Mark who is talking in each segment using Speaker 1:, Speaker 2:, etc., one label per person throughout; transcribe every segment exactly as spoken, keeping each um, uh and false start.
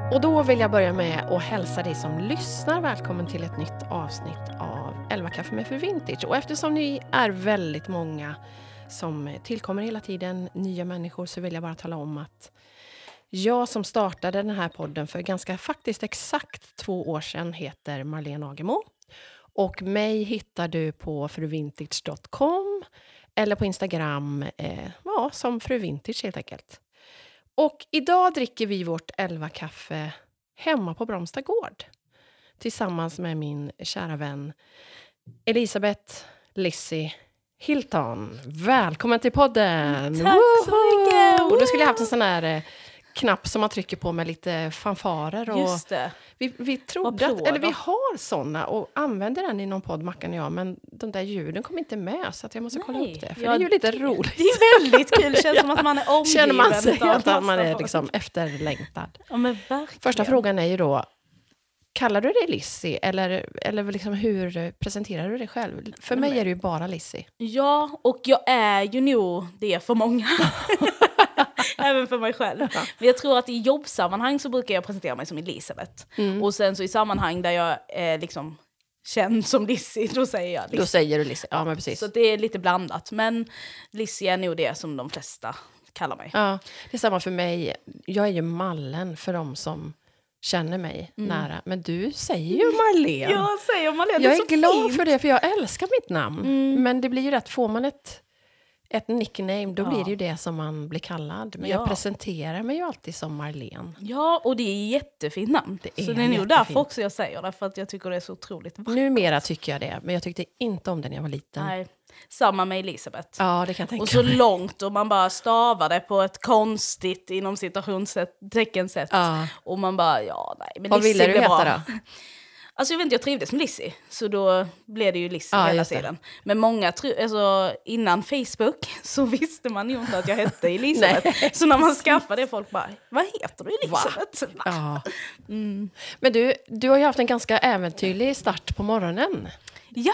Speaker 1: Och då vill jag börja med att hälsa dig som lyssnar välkommen till ett nytt avsnitt av elva kaffe med Fru Vintage. Och eftersom ni är väldigt många som tillkommer hela tiden, nya människor, så vill jag bara tala om att jag som startade den här podden för ganska faktiskt exakt två år sedan heter Marlene Agemo. Och mig hittar du på fruvintage dot com eller på Instagram eh, ja, som Fru Vintage helt enkelt. Och idag dricker vi vårt elva kaffe hemma på Bromsta gård. Tillsammans med min kära vän Elisabeth Lizzie Hilton. Välkommen till podden!
Speaker 2: Tack Woho! så mycket!
Speaker 1: Och då skulle jag haft en sån här eh, knapp som man trycker på med lite fanfarer. Och
Speaker 2: Just det.
Speaker 1: Vi, vi trodde att, eller vi har såna och använder den i någon podd, Mackan och jag, men de där ljuden kom inte med så att jag måste
Speaker 2: Nej.
Speaker 1: kolla upp det. För
Speaker 2: ja,
Speaker 1: det är ju lite
Speaker 2: det,
Speaker 1: roligt.
Speaker 2: Det är väldigt kul, det känns som att man är omgiven.
Speaker 1: Känner man sig att
Speaker 2: av
Speaker 1: man är liksom efterlängtad.
Speaker 2: Ja, men verkligen.
Speaker 1: Första frågan är ju då, kallar du dig Lizzie eller, eller liksom hur presenterar du dig själv? För mig är det ju bara Lizzie.
Speaker 2: Ja, och jag är ju nog det för många. Även för mig själv. Ja. Men jag tror att i jobbsammanhang så brukar jag presentera mig som Elisabeth. Mm. Och sen så i sammanhang där jag är liksom känd som Lizzie, då säger jag Lizzie.
Speaker 1: Då säger du Lizzie, ja men precis.
Speaker 2: Så det är lite blandat. Men Lizzie är nog det som de flesta kallar mig.
Speaker 1: Ja, det är samma för mig. Jag är ju mallen för dem som känner mig mm. nära. Men du säger ju Marlene.
Speaker 2: Jag säger Marlene,
Speaker 1: jag
Speaker 2: är
Speaker 1: är glad
Speaker 2: fint.
Speaker 1: för det, för jag älskar mitt namn.
Speaker 2: Mm.
Speaker 1: Men det blir ju rätt, får man ett... ett nickname, då ja. blir det ju det som man blir kallad. Men ja. jag presenterar mig ju alltid som Marlene.
Speaker 2: Ja, och det är jättefint namn. Det är så det är nog därför också jag säger det, för att jag tycker det är så otroligt vackert.
Speaker 1: Numera tycker jag det, men jag tyckte inte om det när jag var liten.
Speaker 2: Nej, samma med Elisabeth.
Speaker 1: Ja, det kan jag tänka
Speaker 2: Och så
Speaker 1: mig.
Speaker 2: långt, och man bara stavade på ett konstigt, inom citationstecken sätt. Ja. Och man bara, ja nej. Men
Speaker 1: vad ville du heta bra. Då?
Speaker 2: Alltså jag vet inte, jag trivdes med Lizzie. Så då blev det ju Lizzie ja, hela tiden. Men många, alltså innan Facebook så visste man ju inte att jag hette Elisabeth. Så när man skaffade det, folk bara, vad heter du Elisabeth?
Speaker 1: Ja. Mm. Men du, du har ju haft en ganska äventyrlig start på morgonen.
Speaker 2: Ja.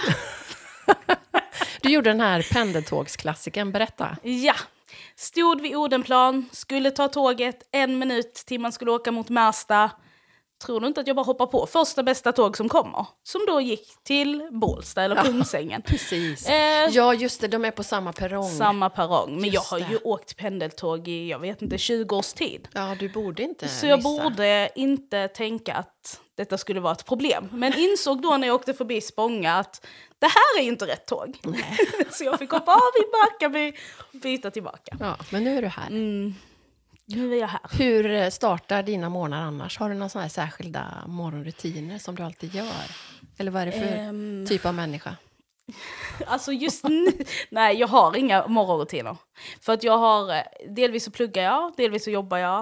Speaker 1: Du gjorde den här pendeltågsklassikern, berätta.
Speaker 2: Ja. Stod vid Odenplan, skulle ta tåget en minut till man skulle åka mot Märsta. Tror du inte att jag bara hoppar på första bästa tåg som kommer? Som då gick till Bålsta eller Kungsängen.
Speaker 1: Ja, precis. Eh, ja, just det. De är på samma perrong.
Speaker 2: Samma perrong. Men
Speaker 1: just
Speaker 2: jag har
Speaker 1: det.
Speaker 2: ju åkt pendeltåg i, jag vet inte, tjugo års tid.
Speaker 1: Ja, du borde inte
Speaker 2: Så jag
Speaker 1: missa.
Speaker 2: borde inte tänka att detta skulle vara ett problem. Men insåg då när jag åkte förbi Spånga att det här är inte rätt tåg. Nej. Så jag fick hoppa av i Barkarby och byta tillbaka.
Speaker 1: Ja, men nu är du här.
Speaker 2: Mm. Nu är jag här.
Speaker 1: Hur startar dina morgnar annars? Har du några såna här särskilda morgonrutiner som du alltid gör? Eller vad är det för um, typ av människa?
Speaker 2: Alltså just nu, nej jag har inga morgonrutiner. För att jag har, delvis så pluggar jag, delvis så jobbar jag.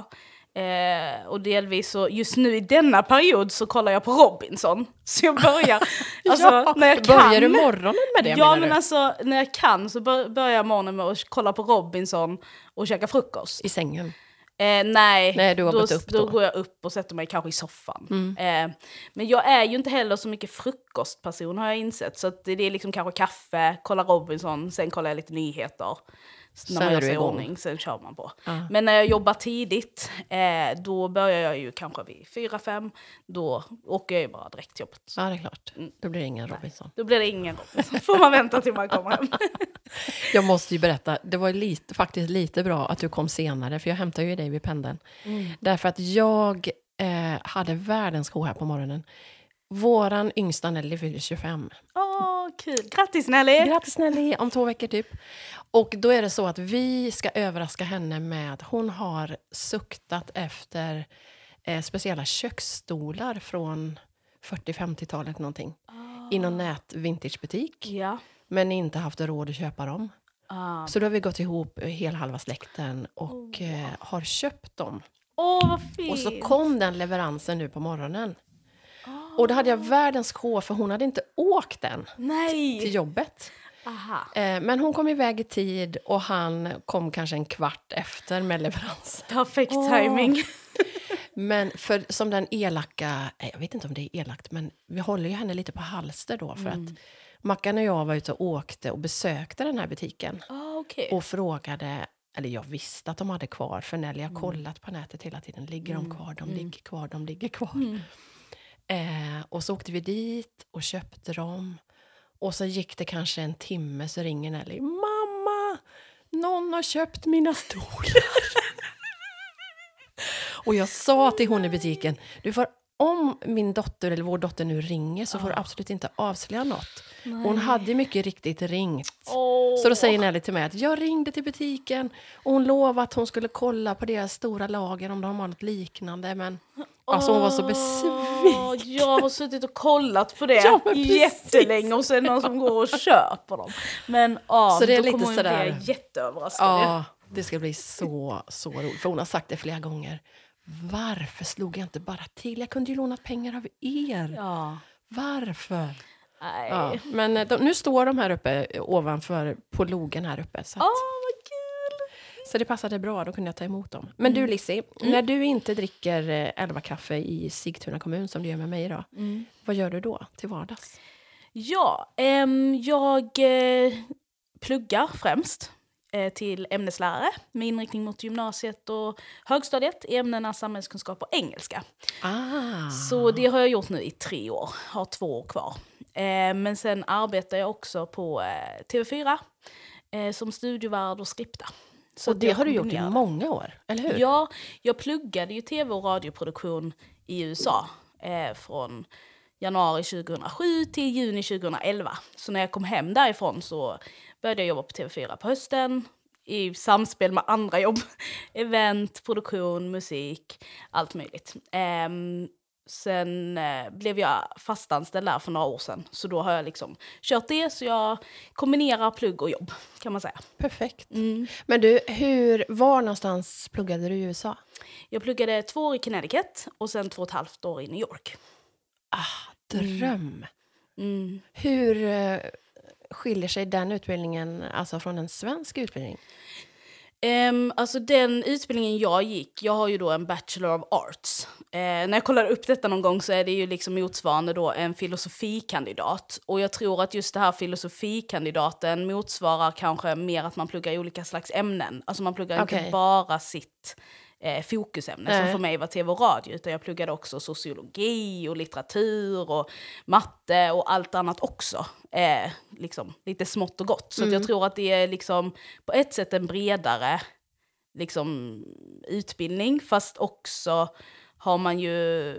Speaker 2: Eh, och delvis så, just nu i denna period så kollar jag på Robinson. Så jag börjar, alltså
Speaker 1: ja,
Speaker 2: när jag
Speaker 1: börjar
Speaker 2: kan.
Speaker 1: du morgonen med det?
Speaker 2: Ja men du? alltså när jag kan så bör, börjar jag morgonen med att kolla på Robinson och käka frukost.
Speaker 1: I sängen?
Speaker 2: Eh, nej,
Speaker 1: nej du har
Speaker 2: då,
Speaker 1: gått upp då.
Speaker 2: då går jag upp och sätter mig kanske i soffan.
Speaker 1: Mm.
Speaker 2: Eh, men jag är ju inte heller så mycket frukostperson har jag insett. Så att det är liksom kanske kaffe, kolla Robinson, sen kollar jag lite nyheter. När man gör sig i ordning, sen kör man på. Uh. Men när jag jobbar tidigt, eh, då börjar jag ju kanske vid fyra, fem. Då åker jag ju bara direkt till jobbet.
Speaker 1: Ja, det är klart. Då blir det ingen Robinson.
Speaker 2: Nej, då blir det ingen Robinson. Får man vänta till man kommer hem.
Speaker 1: Jag måste ju berätta, det var lite, faktiskt lite bra att du kom senare. För jag hämtade ju dig vid pendeln. Mm. Därför att jag eh, hade världens ko här på morgonen. Våran yngsta Nelly fyller tjugofem.
Speaker 2: Åh, kul. Grattis Nelly!
Speaker 1: Grattis Nelly, om två veckor typ. Och då är det så att vi ska överraska henne med, hon har suktat efter eh, speciella köksstolar från fyrtio-femtiotalet någonting. Oh. I någon nät-vintagebutik.
Speaker 2: Ja.
Speaker 1: Men inte haft råd att köpa dem.
Speaker 2: Ah.
Speaker 1: Så då har vi gått ihop hela halva släkten och oh. eh, har köpt dem.
Speaker 2: Åh, oh, vad fint!
Speaker 1: Och så kom den leveransen nu på morgonen. Oh. Och då hade jag världens K, för hon hade inte åkt den
Speaker 2: Nej.
Speaker 1: till jobbet.
Speaker 2: Aha.
Speaker 1: Eh, men hon kom iväg i tid och han kom kanske en kvart efter med leverans.
Speaker 2: Perfekt oh. timing.
Speaker 1: Men för, som den elaka, jag vet inte om det är elakt, men vi håller ju henne lite på halster då. För mm. att Mackan och jag var ute och åkte och besökte den här butiken.
Speaker 2: Oh, okay.
Speaker 1: Och frågade, eller jag visste att de hade kvar, för Nelly har
Speaker 2: Mm.
Speaker 1: kollat på nätet hela tiden. Ligger
Speaker 2: Mm.
Speaker 1: de kvar, de
Speaker 2: Mm.
Speaker 1: ligger kvar, de ligger kvar.
Speaker 2: Mm.
Speaker 1: Eh, och så åkte vi dit och köpte dem. Och så gick det kanske en timme, så ringer Nelly. Mamma, någon har köpt mina stolar. Och jag sa till hon i butiken, du får, om min dotter eller vår dotter nu ringer, så får du absolut inte avslöja något.
Speaker 2: Nej.
Speaker 1: Hon hade mycket riktigt ringt.
Speaker 2: Åh.
Speaker 1: Så då säger Nelly till mig att jag ringde till butiken och hon lovade att hon skulle kolla på deras stora lager om de har något liknande. Men alltså hon var så besviken.
Speaker 2: Jag har suttit och kollat på det
Speaker 1: Ja, men precis.
Speaker 2: jättelänge och sen någon som går och köper dem. Men ja,
Speaker 1: Så det är
Speaker 2: då
Speaker 1: lite
Speaker 2: kommer hon
Speaker 1: sådär-
Speaker 2: bli jätteöverraskad.
Speaker 1: Ja, det ska bli så, så roligt. För hon har sagt det flera gånger. Varför slog jag inte bara till? Jag kunde ju lånat pengar av er.
Speaker 2: Ja.
Speaker 1: Varför?
Speaker 2: Nej.
Speaker 1: Ja, men de, nu står de här uppe ovanför på logen här uppe. Så, att,
Speaker 2: Åh, vad kul!
Speaker 1: så det passade bra, då kunde jag ta emot dem. Men du Lissi,
Speaker 2: Mm.
Speaker 1: när du inte dricker eh, elva kaffe i Sigtuna kommun som du gör med mig idag,
Speaker 2: Mm.
Speaker 1: vad gör du då till vardags?
Speaker 2: Ja, ehm, jag eh, pluggar främst eh, till ämneslärare med inriktning mot gymnasiet och högstadiet i ämnena samhällskunskap och engelska.
Speaker 1: Ah,
Speaker 2: Så det har jag gjort nu i tre år, har två år kvar. Eh, men sen arbetar jag också på eh, T V fyra eh, som studievärd och skripta. Så
Speaker 1: och
Speaker 2: att
Speaker 1: det
Speaker 2: jag
Speaker 1: har du gjort i
Speaker 2: kombinerar.
Speaker 1: många år, eller hur?
Speaker 2: Ja, jag pluggade ju tv- och radioproduktion i U S A eh, från januari tjugohundrasju till juni tjugohundraelva. Så när jag kom hem därifrån så började jag jobba på T V fyra på hösten i samspel med andra jobb. Event, produktion, musik, allt möjligt. Ehm, sen eh, blev jag fastanställd där för några år sedan. Så då har jag liksom kört det, så jag kombinerar plugg och jobb, kan man säga.
Speaker 1: Perfekt.
Speaker 2: Mm.
Speaker 1: Men du, hur, var någonstans pluggade du i U S A?
Speaker 2: Jag pluggade två år i Connecticut och sen två och ett halvt år i New York.
Speaker 1: Ah, dröm.
Speaker 2: Mm.
Speaker 1: Hur eh, skiljer sig den utbildningen alltså från en svensk utbildning?
Speaker 2: Um, alltså den utbildningen jag gick, jag har ju då en Bachelor of Arts. Uh, när jag kollar upp detta någon gång så är det ju liksom motsvarande då en filosofikandidat. Och jag tror att just det här filosofikandidaten motsvarar kanske mer att man pluggar i olika slags ämnen. Alltså man pluggar
Speaker 1: Okej.
Speaker 2: inte bara sitt eh, fokusämne
Speaker 1: Nej.
Speaker 2: som för mig var tv och radio, utan jag pluggade också sociologi och litteratur och matte och allt annat också. Eh, liksom lite smått och gott. Så att
Speaker 1: Mm.
Speaker 2: jag tror att det är liksom på ett sätt en bredare liksom, utbildning, fast också har man ju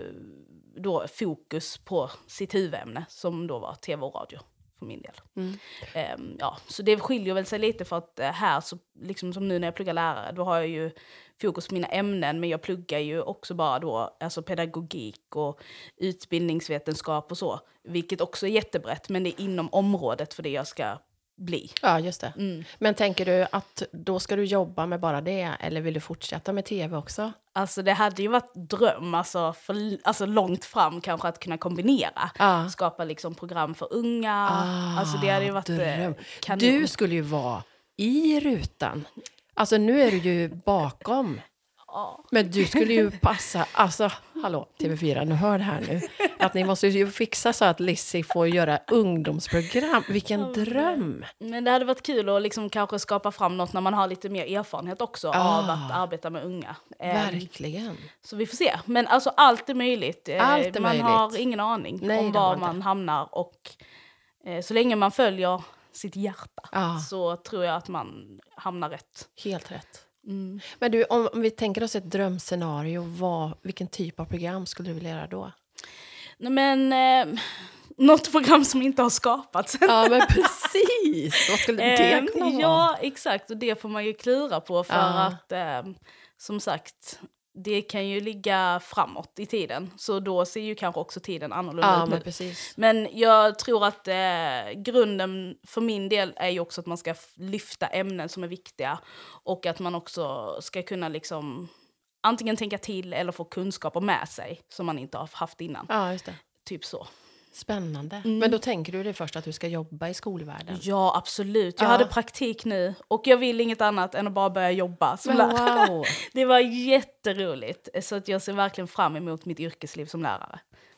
Speaker 2: då fokus på sitt huvudämne som då var tv och radio för min del.
Speaker 1: Mm.
Speaker 2: Um, ja, så det skiljer väl sig lite, för att uh, här, så, liksom som nu när jag pluggar lärare, då har jag ju fokus på mina ämnen, men jag pluggar ju också bara då alltså pedagogik och utbildningsvetenskap och så, vilket också är jättebrett, men det är inom området för det jag ska bli.
Speaker 1: Ja, just det.
Speaker 2: Mm.
Speaker 1: Men tänker du att då ska du jobba med bara det, eller vill du fortsätta med tv också?
Speaker 2: Alltså det hade ju varit dröm, alltså, för, alltså långt fram kanske att kunna kombinera.
Speaker 1: Ah.
Speaker 2: Skapa liksom program för unga.
Speaker 1: Ah,
Speaker 2: alltså det hade ju varit
Speaker 1: dröm.
Speaker 2: eh, kanon.
Speaker 1: Du skulle ju vara i rutan. Alltså nu är du ju bakom.
Speaker 2: Ja.
Speaker 1: Men du skulle ju passa, alltså hallå T V fyra, nu hör det här nu. Att ni måste ju fixa så att Lissi får göra ungdomsprogram. Vilken dröm!
Speaker 2: Men det hade varit kul att liksom kanske skapa fram något när man har lite mer erfarenhet också
Speaker 1: Ah.
Speaker 2: av att arbeta med unga. Eh,
Speaker 1: Verkligen.
Speaker 2: Så vi får se. Men alltså allt är möjligt. Eh,
Speaker 1: Allt är
Speaker 2: man
Speaker 1: möjligt.
Speaker 2: har ingen aning
Speaker 1: Nej,
Speaker 2: om
Speaker 1: det har
Speaker 2: var
Speaker 1: man
Speaker 2: man
Speaker 1: inte.
Speaker 2: hamnar. Och eh, så länge man följer sitt hjärta
Speaker 1: Ah.
Speaker 2: så tror jag att man hamnar rätt.
Speaker 1: Helt rätt.
Speaker 2: Mm.
Speaker 1: Men du, om, om vi tänker oss ett drömscenario, vad, vilken typ av program skulle du vilja göra då?
Speaker 2: Nej, men eh, något program som inte har skapats än.
Speaker 1: Ja, men precis! Vad skulle det
Speaker 2: Eh,
Speaker 1: kunna vara?
Speaker 2: Ja, exakt. Och det får man ju klura på för
Speaker 1: Ja.
Speaker 2: att, eh, som sagt, det kan ju ligga framåt i tiden. Så då ser ju kanske också tiden annorlunda
Speaker 1: Ja,
Speaker 2: ut
Speaker 1: men
Speaker 2: nu.
Speaker 1: precis.
Speaker 2: Men jag tror att eh, grunden för min del är ju också att man ska f- lyfta ämnen som är viktiga. Och att man också ska kunna liksom antingen tänka till eller få kunskaper med sig som man inte har haft innan.
Speaker 1: Ja, just det.
Speaker 2: Typ så.
Speaker 1: Spännande.
Speaker 2: Mm.
Speaker 1: Men då tänker du det först att du ska jobba i skolvärlden?
Speaker 2: Ja, absolut. Jag
Speaker 1: Ja.
Speaker 2: hade praktik nu och jag vill inget annat än att bara börja jobba som
Speaker 1: Men
Speaker 2: lärare.
Speaker 1: wow!
Speaker 2: Det var jätteroligt. Så att jag ser verkligen fram emot mitt yrkesliv som lärare.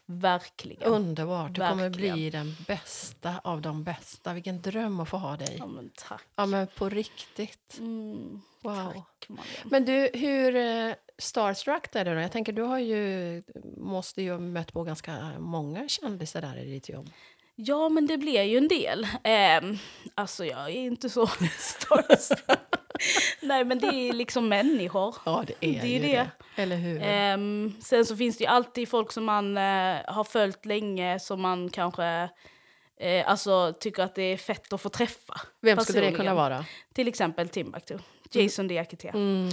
Speaker 2: Verkligen.
Speaker 1: Underbart. Du
Speaker 2: Verkligen.
Speaker 1: kommer bli den bästa av de bästa. Vilken dröm att få ha dig.
Speaker 2: Ja, men tack.
Speaker 1: Ja, men på riktigt.
Speaker 2: Mm,
Speaker 1: Wow.
Speaker 2: Tack,
Speaker 1: men du, hur uh, starstruck är du då? Jag tänker, du har ju, måste ju mött på ganska många kändisar där i ditt jobb.
Speaker 2: Ja, men det blir ju en del. Eh, alltså, jag är inte så starstruck. Nej, men det är liksom människor.
Speaker 1: Ja, det är, det är ju det. det. Eller hur?
Speaker 2: Um, sen så finns det ju alltid folk som man uh, har följt länge som man kanske uh, alltså, tycker att det är fett att få träffa.
Speaker 1: Vem skulle det kunna vara?
Speaker 2: Till exempel Timbuktu. Jason mm. Diakité.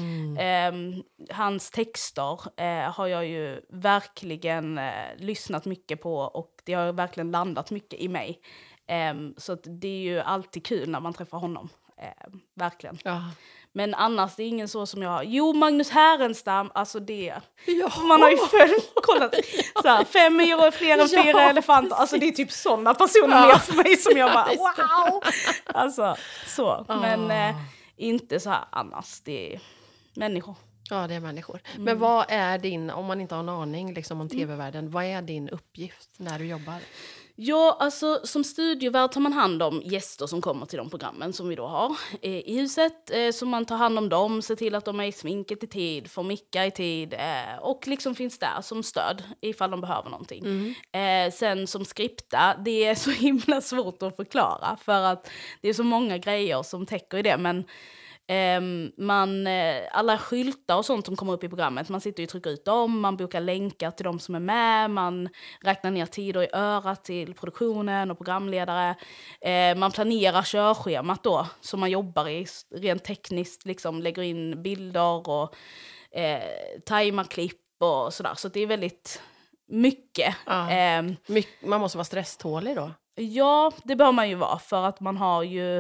Speaker 2: Mm. Um, hans texter uh, har jag ju verkligen uh, lyssnat mycket på och det har verkligen landat mycket i mig. Um, så att det är ju alltid kul när man träffar honom. Uh, verkligen. Ja. Men annars det är ingen så som jag har. Jo, Magnus Härenstam, alltså det. Ja. Man har ju följt, kollat. Så här, fem myror, fler än fyra ja, elefanter. Alltså det är typ sådana personer ja. Mer för mig som jag bara, wow. Alltså, så. Oh. Men eh, inte så här annars. Det är människor.
Speaker 1: Ja, det är människor. Mm. Men vad är din, om man inte har en aning liksom, om tv-världen, mm. vad är din uppgift när du jobbar?
Speaker 2: Ja, alltså som studiovärd tar man hand om gäster som kommer till de programmen som vi då har eh, i huset. Eh, så man tar hand om dem, ser till att de är i sminket i tid, får micka i tid eh, och liksom finns där som stöd ifall de behöver någonting. Mm. Eh, sen som skripta, det är så himla svårt att förklara för att det är så många grejer som täcker i det, men Um, man, uh, alla skyltar och sånt som kommer upp i programmet, man sitter och trycker ut dem, man bokar länkar till de som är med, man räknar ner tider i örat till produktionen och programledare, uh, man planerar körschemat då som man jobbar i rent tekniskt, liksom lägger in bilder och uh, tajmar klipp och sådär, så det är väldigt mycket.
Speaker 1: Ja. Um, My- man måste vara stresstålig då?
Speaker 2: Ja, det bör man ju vara för att man har ju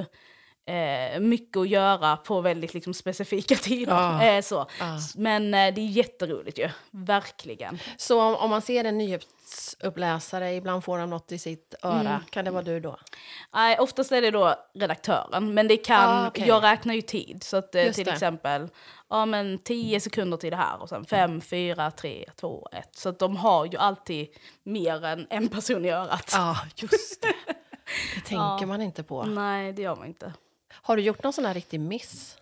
Speaker 2: Eh, mycket att göra på väldigt liksom, specifika tider. Ah, eh, så. Ah. Men eh, det är jätteroligt ju, verkligen.
Speaker 1: Så om, om man ser en nyhetsuppläsare, ibland får han något i sitt öra, mm. kan det vara du då?
Speaker 2: Nej, eh, oftast är det då redaktören, men det kan, ah, okay. jag räknar ju tid. Så att eh, till det. exempel, ja men tio sekunder till det här och sen fem, fyra, tre, två, ett. Så att de har ju alltid mer än en person i örat.
Speaker 1: Ja, ah, just det. Det tänker ja. man inte på.
Speaker 2: Nej, det gör man inte.
Speaker 1: Har du gjort någon sån här riktig miss?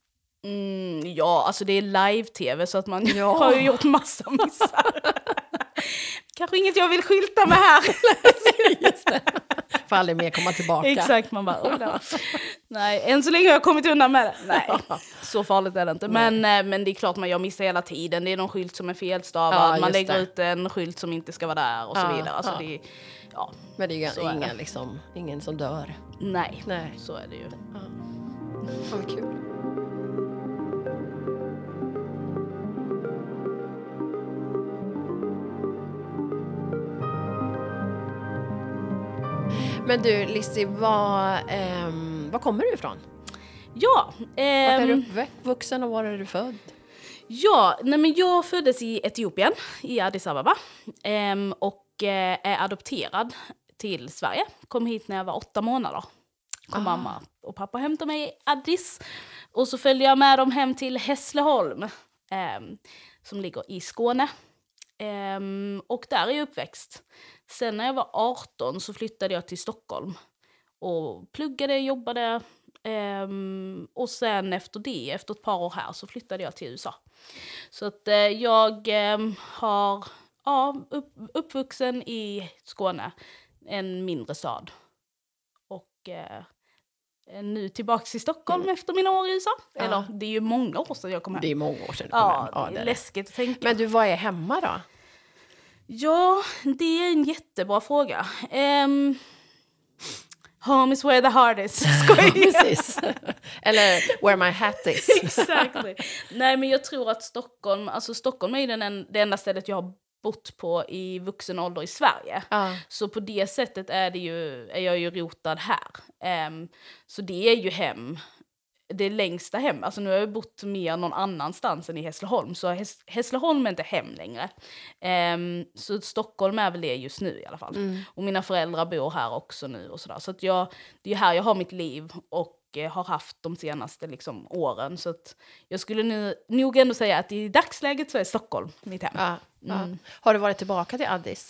Speaker 2: Mm, ja, alltså det är live-tv så att man ja. har ju gjort massa missar. Kanske inget jag vill skylta med här.
Speaker 1: Just det. Får aldrig mer komma tillbaka.
Speaker 2: Exakt, man bara, oh, nej, än så länge har jag kommit undan med det. Nej, så farligt är det inte. Men, men det är klart man jag missar hela tiden. Det är någon skylt som är felstavad. Ja, man lägger det. ut en skylt som inte ska vara där och så ja, vidare. Alltså ja. Det, ja,
Speaker 1: men det är ju ingen, liksom, ingen som dör.
Speaker 2: Nej, Nej. så är det ju.
Speaker 1: Ja. Vad kul. Men du, Lizzie, var, eh, var kommer du ifrån?
Speaker 2: Ja.
Speaker 1: Eh, var är du uppvuxen och var är du född?
Speaker 2: Ja, nej men jag föddes i Etiopien, i Addis Ababa. Eh, och eh, är adopterad till Sverige. Kom hit när jag var åtta månader. Kom ah. mamma och pappa hämtade mig i Addis. Och så följde jag med dem hem till Hässleholm. Eh, som ligger i Skåne. Um, och där är jag uppväxt. Sen när jag var arton så flyttade jag till Stockholm och pluggade, jobbade um, och sen efter det, efter ett par år här så flyttade jag till U S A. Så att uh, jag um, har ja, upp, uppvuxen i Skåne, en mindre stad. Och uh, nu tillbaka i Stockholm mm. efter mina år i U S A. Ja. Eller det är ju många år sedan jag kom hem.
Speaker 1: Det är många år sedan du kom ja, hem. Ja,
Speaker 2: det är läskigt att tänka.
Speaker 1: Men du, vad är hemma då?
Speaker 2: Ja, det är en jättebra fråga. Um, home is where the heart is.
Speaker 1: Precis. Eller where my hat is.
Speaker 2: Exactly. Nej, men jag tror att Stockholm, alltså Stockholm är den en, det enda stället jag har bott på i vuxen ålder i Sverige. Uh. Så på det sättet är, det ju, är jag ju rotad här. Um, så det är ju hem. Det längsta hem. Alltså nu har jag bott mer någon annanstans än i Hässleholm. Så Häs- Hässleholm är inte hem längre. Um, så Stockholm är väl det just nu i alla fall. Mm. Och mina föräldrar bor här också nu och sådär. Så att jag, det är här jag har mitt liv och eh, har haft de senaste liksom, åren. Så att jag skulle nu, nog ändå säga att i dagsläget så är Stockholm mitt hem.
Speaker 1: Ja, mm. ja. Har du varit tillbaka till Addis?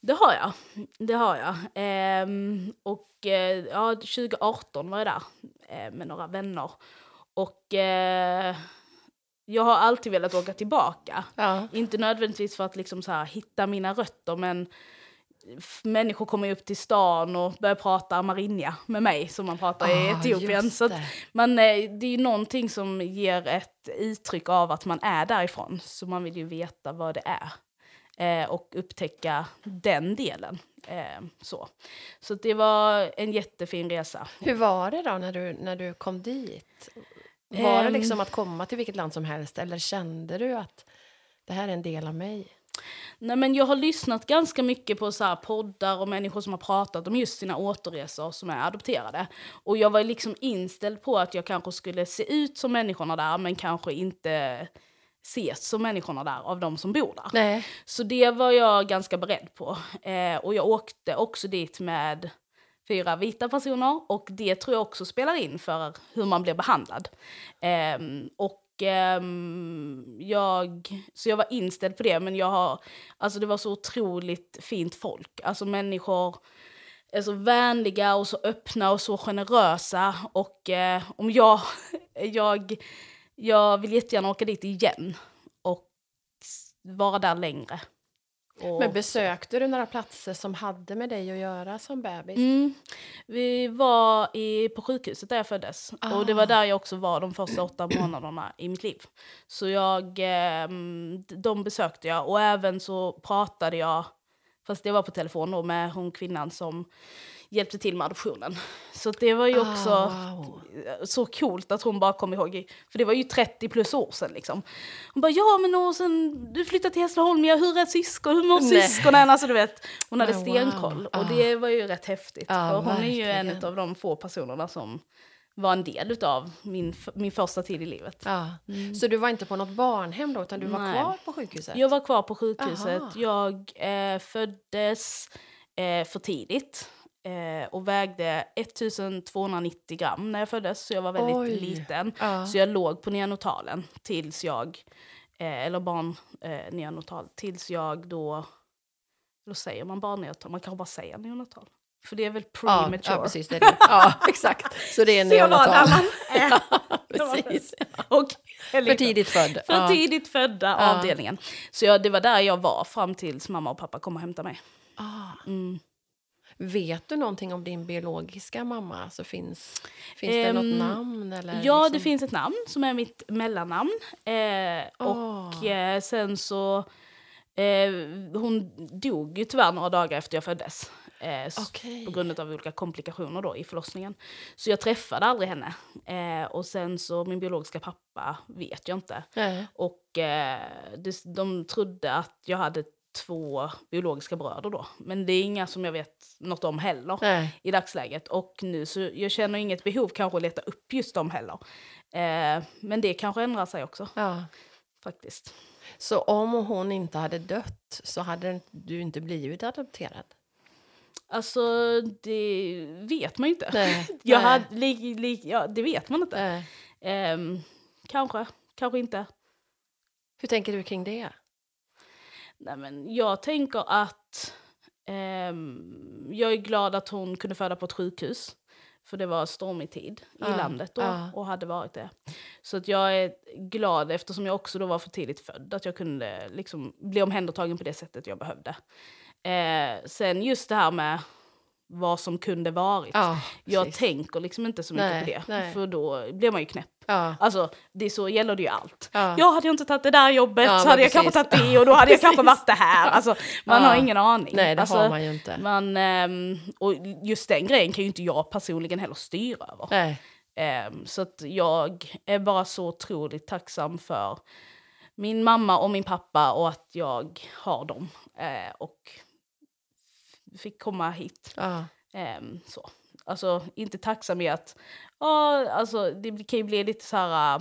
Speaker 2: Det har jag. Det har jag. Ehm, och eh, ja, tjugo arton var jag där eh, med några vänner. Och eh, jag har alltid velat åka tillbaka.
Speaker 1: Ja.
Speaker 2: Inte nödvändigtvis för att liksom så här, hitta mina rötter, men f- människor kommer upp till stan och börjar prata amarinja med mig som man pratar i
Speaker 1: Ah,
Speaker 2: Etiopien.
Speaker 1: just
Speaker 2: Så att
Speaker 1: det.
Speaker 2: man, eh, det är ju någonting som ger ett uttryck av att man är därifrån. Så man vill ju veta vad det är. Eh, och upptäcka den delen. Eh, så så det var en jättefin resa.
Speaker 1: Hur var det då när du, när du kom dit? Var det
Speaker 2: Ehm.
Speaker 1: liksom att komma till vilket land som helst? Eller kände du att det här är en del av mig?
Speaker 2: Nej, men jag har lyssnat ganska mycket på så här poddar och människor som har pratat om just sina återresor som är adopterade. Och jag var liksom inställd på att jag kanske skulle se ut som människorna där, men kanske inte ses som människorna där av de som bor där.
Speaker 1: Nej.
Speaker 2: Så det var jag ganska beredd på. Eh, och jag åkte också dit med fyra vita personer, och det tror jag också spelar in för hur man blir behandlad. Eh, och ehm, jag, så jag var inställd på det, men jag har, alltså det var så otroligt fint folk. Alltså människor är så vänliga och så öppna och så generösa. Och eh, om jag, jag, jag vill jättegärna åka dit igen och vara där längre. Och
Speaker 1: Men besökte du några platser som hade med dig att göra som bebis?
Speaker 2: Mm. Vi var i, på sjukhuset där jag föddes.
Speaker 1: Ah.
Speaker 2: Och det var där jag också var de första åtta månaderna i mitt liv. Så jag, eh, de besökte jag. Och även så pratade jag, fast det var på telefon då, med hon kvinnan som hjälpte till med adoptionen. Så det var ju också
Speaker 1: Ah, wow.
Speaker 2: så coolt att hon bara kom ihåg. För det var ju trettio plus år sedan liksom. Hon bara, ja men och sen du flyttade till Hässleholm, ja, hur är syskon, hur mår
Speaker 1: Nej.
Speaker 2: syskonen? Alltså du vet, hon hade
Speaker 1: Men
Speaker 2: stenkoll.
Speaker 1: wow.
Speaker 2: Och
Speaker 1: Ah.
Speaker 2: det var ju rätt häftigt.
Speaker 1: Ja,
Speaker 2: för hon är ju en
Speaker 1: verkligen.
Speaker 2: av de få personerna som var en del av min, f- min första tid i livet.
Speaker 1: Ja. Så du var inte på något barnhem då, utan du var
Speaker 2: Nej.
Speaker 1: kvar på sjukhuset?
Speaker 2: Jag var kvar på sjukhuset.
Speaker 1: Aha.
Speaker 2: Jag eh, föddes eh, för tidigt. Eh, och vägde ettusentvåhundranittio gram när jag föddes, så jag var väldigt
Speaker 1: Oj.
Speaker 2: liten.
Speaker 1: Ja.
Speaker 2: Så jag låg på neonatalen tills jag, eh, eller barn eh, neonatal, tills jag då, då säger man barn neonatal, man kan bara säga neonatal. För det är väl
Speaker 1: Ja,
Speaker 2: premature.
Speaker 1: ja, precis. Det är det. Ja, exakt. Så det är
Speaker 2: Så jag var där
Speaker 1: neonatal.
Speaker 2: man är.
Speaker 1: Ja, precis.
Speaker 2: Och
Speaker 1: För tidigt född.
Speaker 2: För
Speaker 1: Ja.
Speaker 2: tidigt födda
Speaker 1: Ja.
Speaker 2: avdelningen. Så jag, det var där jag var fram tills mamma och pappa kom och hämtade mig.
Speaker 1: Ah.
Speaker 2: Mm.
Speaker 1: Vet du någonting om din biologiska mamma? Alltså finns finns det
Speaker 2: Ehm,
Speaker 1: något namn? Eller
Speaker 2: Ja,
Speaker 1: liksom?
Speaker 2: det finns ett namn som är mitt mellannamn. Eh, Och
Speaker 1: Ah.
Speaker 2: eh, sen så... Eh, hon dog ju tyvärr några dagar efter jag föddes. Eh, s-
Speaker 1: Okej.
Speaker 2: På grund av olika komplikationer då i förlossningen. Så jag träffade aldrig henne. Eh, och sen så min biologiska pappa vet jag inte.
Speaker 1: Nej.
Speaker 2: Och eh, det, de trodde att jag hade två biologiska bröder då. Men det är inga som jag vet något om heller
Speaker 1: Nej.
Speaker 2: i dagsläget. Och nu så jag känner inget behov kanske att leta upp just dem heller. Eh, men det kanske ändrar sig också
Speaker 1: Ja.
Speaker 2: faktiskt.
Speaker 1: Så om hon inte hade dött så hade du inte blivit adopterad?
Speaker 2: Alltså det vet man ju inte.
Speaker 1: Nej.
Speaker 2: Jag
Speaker 1: Nej.
Speaker 2: hade, li, li, ja, det vet man inte.
Speaker 1: Nej.
Speaker 2: Ehm, kanske, kanske inte.
Speaker 1: Hur tänker du kring det?
Speaker 2: Nej, men jag tänker att ehm, jag är glad att hon kunde föda på ett sjukhus. För det var stormig tid i
Speaker 1: Ja,
Speaker 2: landet då,
Speaker 1: ja.
Speaker 2: och hade varit det. Så att jag är glad, eftersom jag också då var för tidigt född, att jag kunde liksom bli omhändertagen på det sättet jag behövde. Eh, sen just det här med vad som kunde varit.
Speaker 1: Ja,
Speaker 2: jag
Speaker 1: precis.
Speaker 2: tänker liksom inte så mycket
Speaker 1: Nej,
Speaker 2: på det.
Speaker 1: nej.
Speaker 2: För då blir man ju knäpp.
Speaker 1: Ja.
Speaker 2: Alltså, det är så gäller det ju allt.
Speaker 1: Ja.
Speaker 2: Ja, hade jag inte tagit det där jobbet
Speaker 1: Ja,
Speaker 2: så
Speaker 1: men
Speaker 2: hade jag kanske
Speaker 1: precis.
Speaker 2: tagit det, och då hade jag kanske
Speaker 1: Precis.
Speaker 2: varit det här. Alltså, man
Speaker 1: Ja.
Speaker 2: har ingen aning.
Speaker 1: Nej, det
Speaker 2: alltså,
Speaker 1: har man ju inte.
Speaker 2: Man, ehm, och just den grejen kan ju inte jag personligen heller styra över.
Speaker 1: Nej.
Speaker 2: Ehm, så att jag är bara så otroligt tacksam för min mamma och min pappa, och att jag har dem. Eh, och f- fick komma hit.
Speaker 1: Ja.
Speaker 2: Ehm, så. Alltså, inte tacksam i att... Ja, alltså, det kan ju bli lite så här... Uh,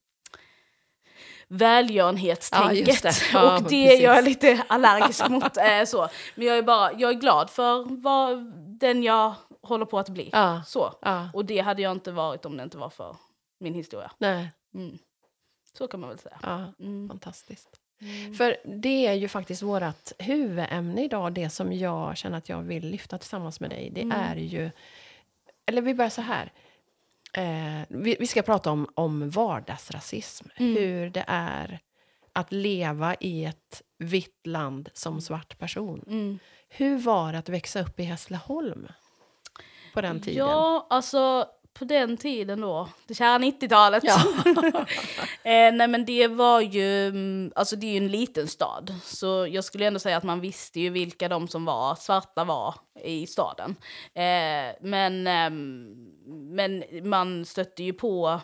Speaker 2: välgörenhetstänket.
Speaker 1: Ja, just det. Ja,
Speaker 2: och
Speaker 1: men
Speaker 2: det
Speaker 1: precis.
Speaker 2: är jag lite allergisk mot. Eh, så. Men jag är, bara, jag är glad för vad, den jag håller på att bli.
Speaker 1: Ja.
Speaker 2: Så.
Speaker 1: Ja.
Speaker 2: Och det hade jag inte varit om det inte var för min historia.
Speaker 1: Nej.
Speaker 2: Mm. Så kan man väl säga.
Speaker 1: Ja.
Speaker 2: Mm.
Speaker 1: Fantastiskt. Mm. För det är ju faktiskt vårt huvudämne idag, det som jag känner att jag vill lyfta tillsammans med dig. Det mm. är ju, eller vi börjar så här. Eh, vi, vi ska prata om, om vardagsrasism. Mm. Hur det är att leva i ett vitt land som svart person. Mm. Hur var det att växa upp i Hässleholm på den tiden?
Speaker 2: Ja, alltså på den tiden då, det kära nittiotalet.
Speaker 1: Ja.
Speaker 2: eh, nej men det var ju, alltså det är ju en liten stad. Så jag skulle ändå säga att man visste ju vilka de som var svarta var i staden. Eh, men, eh, men man stötte ju på,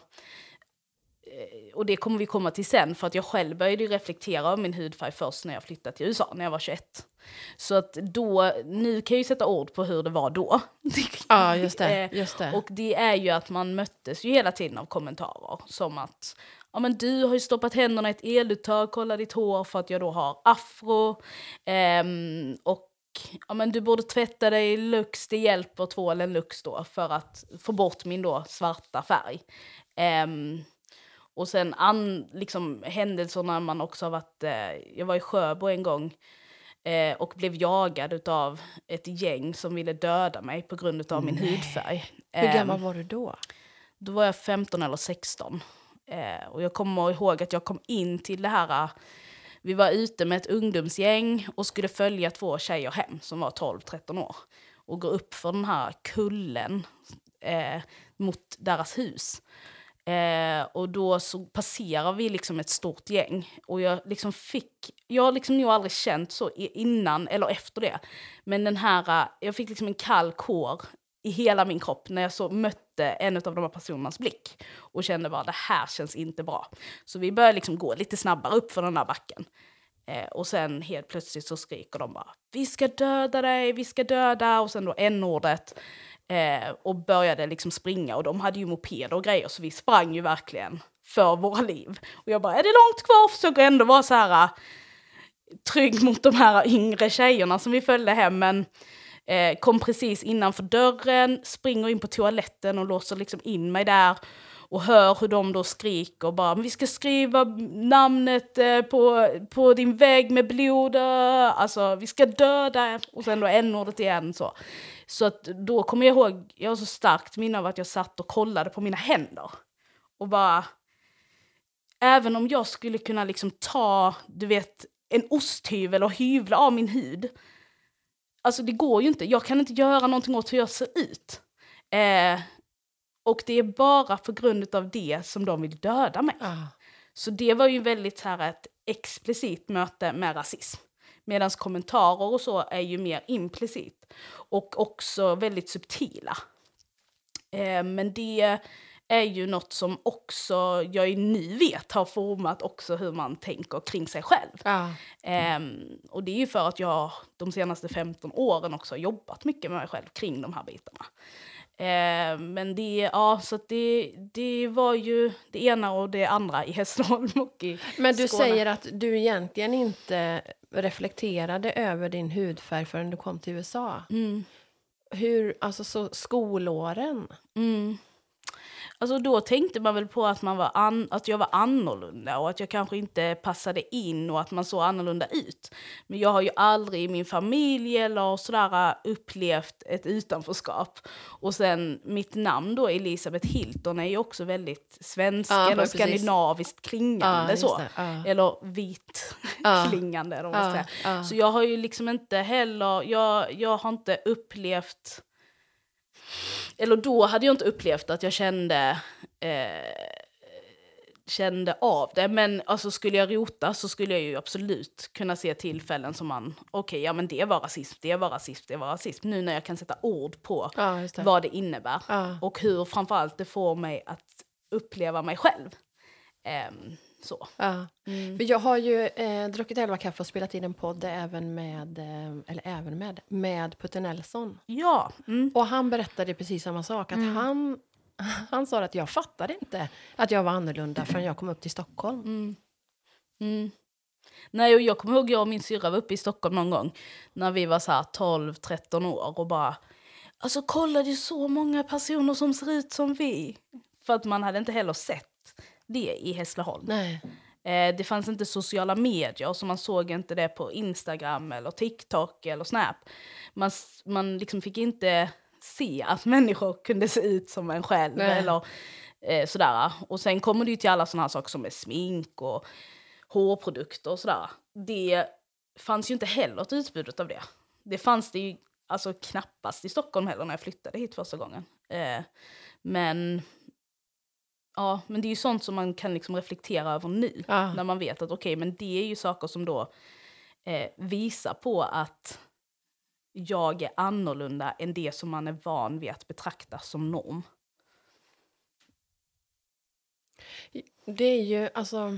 Speaker 2: och det kommer vi komma till sen, för att jag själv började reflektera av min hudfärg först när jag flyttade till U S A, när jag var tjugoett. Så att då, nu kan jag ju sätta ord på hur det var då.
Speaker 1: Ja, just det, just det.
Speaker 2: Och det är ju att man möttes ju hela tiden av kommentarer som att, ja men du har ju stoppat händerna i ett eluttag, kolla ditt hår, för att jag då har afro. Ehm, och ja men du borde tvätta dig Lux, det hjälper tvålen Lux då, för att få bort min då svarta färg. Ehm, Och sen an, liksom, händelserna man också har varit... Eh, jag var i Sjöbo en gång eh, och blev jagad av ett gäng som ville döda mig på grund av min
Speaker 1: Nej.
Speaker 2: hudfärg.
Speaker 1: Hur gammal var du då?
Speaker 2: Då var jag femton eller sexton. Eh, och jag kommer ihåg att jag kom in till det här... Vi var ute med ett ungdomsgäng och skulle följa två tjejer hem som var tolv tretton år. Och gå upp för den här kullen eh, mot deras hus. Eh, och då så passerar vi liksom ett stort gäng. Och jag liksom fick... Jag har liksom nog aldrig känt så innan eller efter det. Men den här... Jag fick liksom en kall kår i hela min kropp när jag så mötte en av de här personernas blick. Och kände bara, det här känns inte bra. Så vi började liksom gå lite snabbare upp för den här backen. Eh, och sen helt plötsligt så skriker de bara, vi ska döda dig, vi ska döda. Och sen då n-ordet. Eh, och började liksom springa. Och de hade ju mopeder och grejer. Så vi sprang ju verkligen för våra liv. Och jag bara, är det långt kvar? Försöker ändå vara så här uh, trygg mot de här yngre tjejerna som vi följde hem. Men eh, kom precis innanför dörren. Springer in på toaletten och låser liksom in mig där. Och hör hur de då skriker bara, vi ska skriva namnet eh, på, på din vägg med blod. Alltså, vi ska döda. Och sen då n-ordet igen så. Så att då kommer jag ihåg, jag har så starkt minne av att jag satt och kollade på mina händer. Och bara, även om jag skulle kunna liksom ta, du vet, en osthyvel och hyvla av min hud. Alltså det går ju inte, jag kan inte göra någonting åt hur jag ser ut. Eh, och det är bara på grund av det som de vill döda mig. Ah. Så det var ju väldigt så här ett explicit möte med rasism. Medan kommentarer och så är ju mer implicit. Och också väldigt subtila. Eh, men det är ju något som också jag nu vet har format också hur man tänker kring sig själv. Ah. Eh, och det är ju för att jag de senaste femton åren också har jobbat mycket med mig själv kring de här bitarna. Eh, men det, ja, så att det, det var ju det ena och det andra i Hässleholm och i
Speaker 1: Men du
Speaker 2: Skåne.
Speaker 1: Säger att du egentligen inte reflekterade över din hudfärg förrän du kom till U S A. Mm. Hur, alltså så skolåren?
Speaker 2: Mm. Alltså då tänkte man väl på att, man var an, att jag var annorlunda och att jag kanske inte passade in och att man såg annorlunda ut. Men jag har ju aldrig i min familj eller sådär upplevt ett utanförskap. Och sen mitt namn då, Elisabeth Hilton, är ju också väldigt svensk ja, eller skandinaviskt klingande. Ja, så. Ja. Eller vit ja. klingande. Eller vad man ja. säga. Ja. Så jag har ju liksom inte heller, jag, jag har inte upplevt... Eller då hade jag inte upplevt att jag kände, eh, kände av det. Men alltså, skulle jag rota så skulle jag ju absolut kunna se tillfällen som man... Okej, okay, ja men det var rasism, det var rasism, det var rasism. Nu när jag kan sätta ord på ja, det. vad det innebär. Ja. Och hur framförallt det får mig att uppleva mig själv. Eh, så.
Speaker 1: Ja. Mm. För jag har ju eh, druckit elva kaffe och spelat in en podd även med, eh, eller även med, med Putte Nelson.
Speaker 2: Ja. Mm.
Speaker 1: Och han berättade precis samma sak. Att mm. han, han sa att jag fattade inte att jag var annorlunda förrän jag kom upp till Stockholm.
Speaker 2: Mm. Mm. Nej, och jag kommer ihåg jag och min syrra var uppe i Stockholm någon gång. När vi var så här tolv tretton år och bara... Alltså kolla, det är så många personer som ser ut som vi. För att man hade inte heller sett det i Hässleholm.
Speaker 1: Nej.
Speaker 2: Eh, det fanns inte sociala medier, så man såg inte det på Instagram eller TikTok eller Snap. Man, man liksom fick inte se att människor kunde se ut som en själv. Nej. Eller eh, sådär. Och sen kommer det ju till alla sådana här saker som är smink och hårprodukter och sådär. Det fanns ju inte heller ett utbud av det. Det fanns det ju alltså knappast i Stockholm heller när jag flyttade hit första gången. Eh, men... Ja, men det är ju sånt som man kan liksom reflektera över nu. Ah. När man vet att okej, okay, men det är ju saker som då eh, visar på att jag är annorlunda än det som man är van vid att betrakta som norm.
Speaker 1: Det är ju, alltså...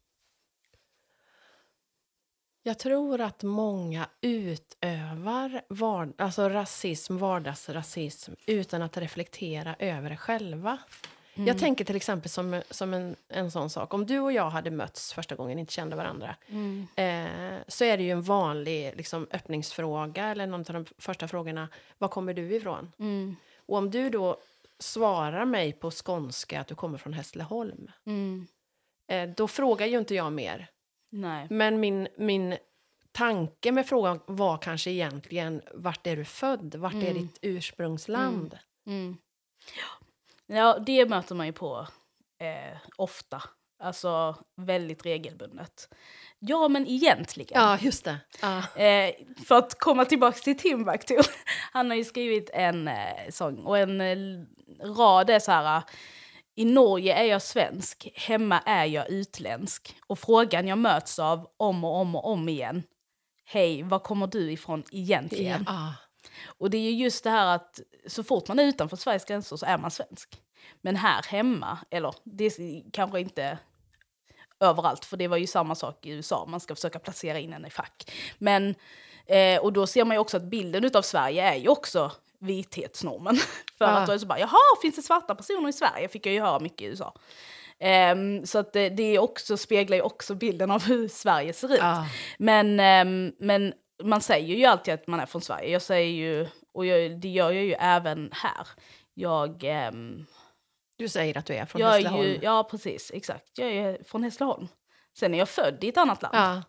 Speaker 1: Jag tror att många utövar var, alltså rasism, vardagsrasism utan att reflektera över det själva. Mm. Jag tänker till exempel som, som en, en sån sak. Om du och jag hade mötts första gången, inte kände varandra. Mm. Eh, så är det ju en vanlig liksom, öppningsfråga. Eller någon av de första frågorna. Var kommer du ifrån? Mm. Och om du då svarar mig på skånska att du kommer från Hässleholm. Mm. Eh, då frågar ju inte jag mer.
Speaker 2: Nej.
Speaker 1: Men min, min tanke med frågan var kanske egentligen. Vart är du född? Vart mm. är ditt ursprungsland?
Speaker 2: Mm. Mm. Ja. Ja, det möter man ju på eh, ofta. Alltså väldigt regelbundet. Ja, men egentligen.
Speaker 1: Ja, just det. Ja.
Speaker 2: Eh, för att komma tillbaka till Timbuktu. Han har ju skrivit en eh, sång. Och en eh, rad är så här. I Norge är jag svensk. Hemma är jag utländsk. Och frågan jag möts av om och om och om igen. Hej, var kommer du ifrån egentligen?
Speaker 1: Ja.
Speaker 2: Och det är ju just det här att så fort man är utanför Sveriges gränser så är man svensk. Men här hemma, eller det är kanske inte överallt, för det var ju samma sak i U S A. Man ska försöka placera in en i fack. Men, eh, och då ser man ju också att bilden utav Sverige är ju också vithetsnormen. För ah. att då är det så bara, jaha, finns det svarta personer i Sverige? Fick jag ju höra mycket i U S A. Um, så att det, det är också, speglar ju också bilden av hur Sverige ser ut. Ah. Men, um, men man säger ju alltid att man är från Sverige. Jag säger ju, och jag, det gör jag ju även här. Jag... Um,
Speaker 1: du säger att du är från
Speaker 2: jag
Speaker 1: Hässleholm.
Speaker 2: Är ju, ja, precis. Exakt. Jag är från Hässleholm. Sen är jag född i ett annat land.
Speaker 1: Ja.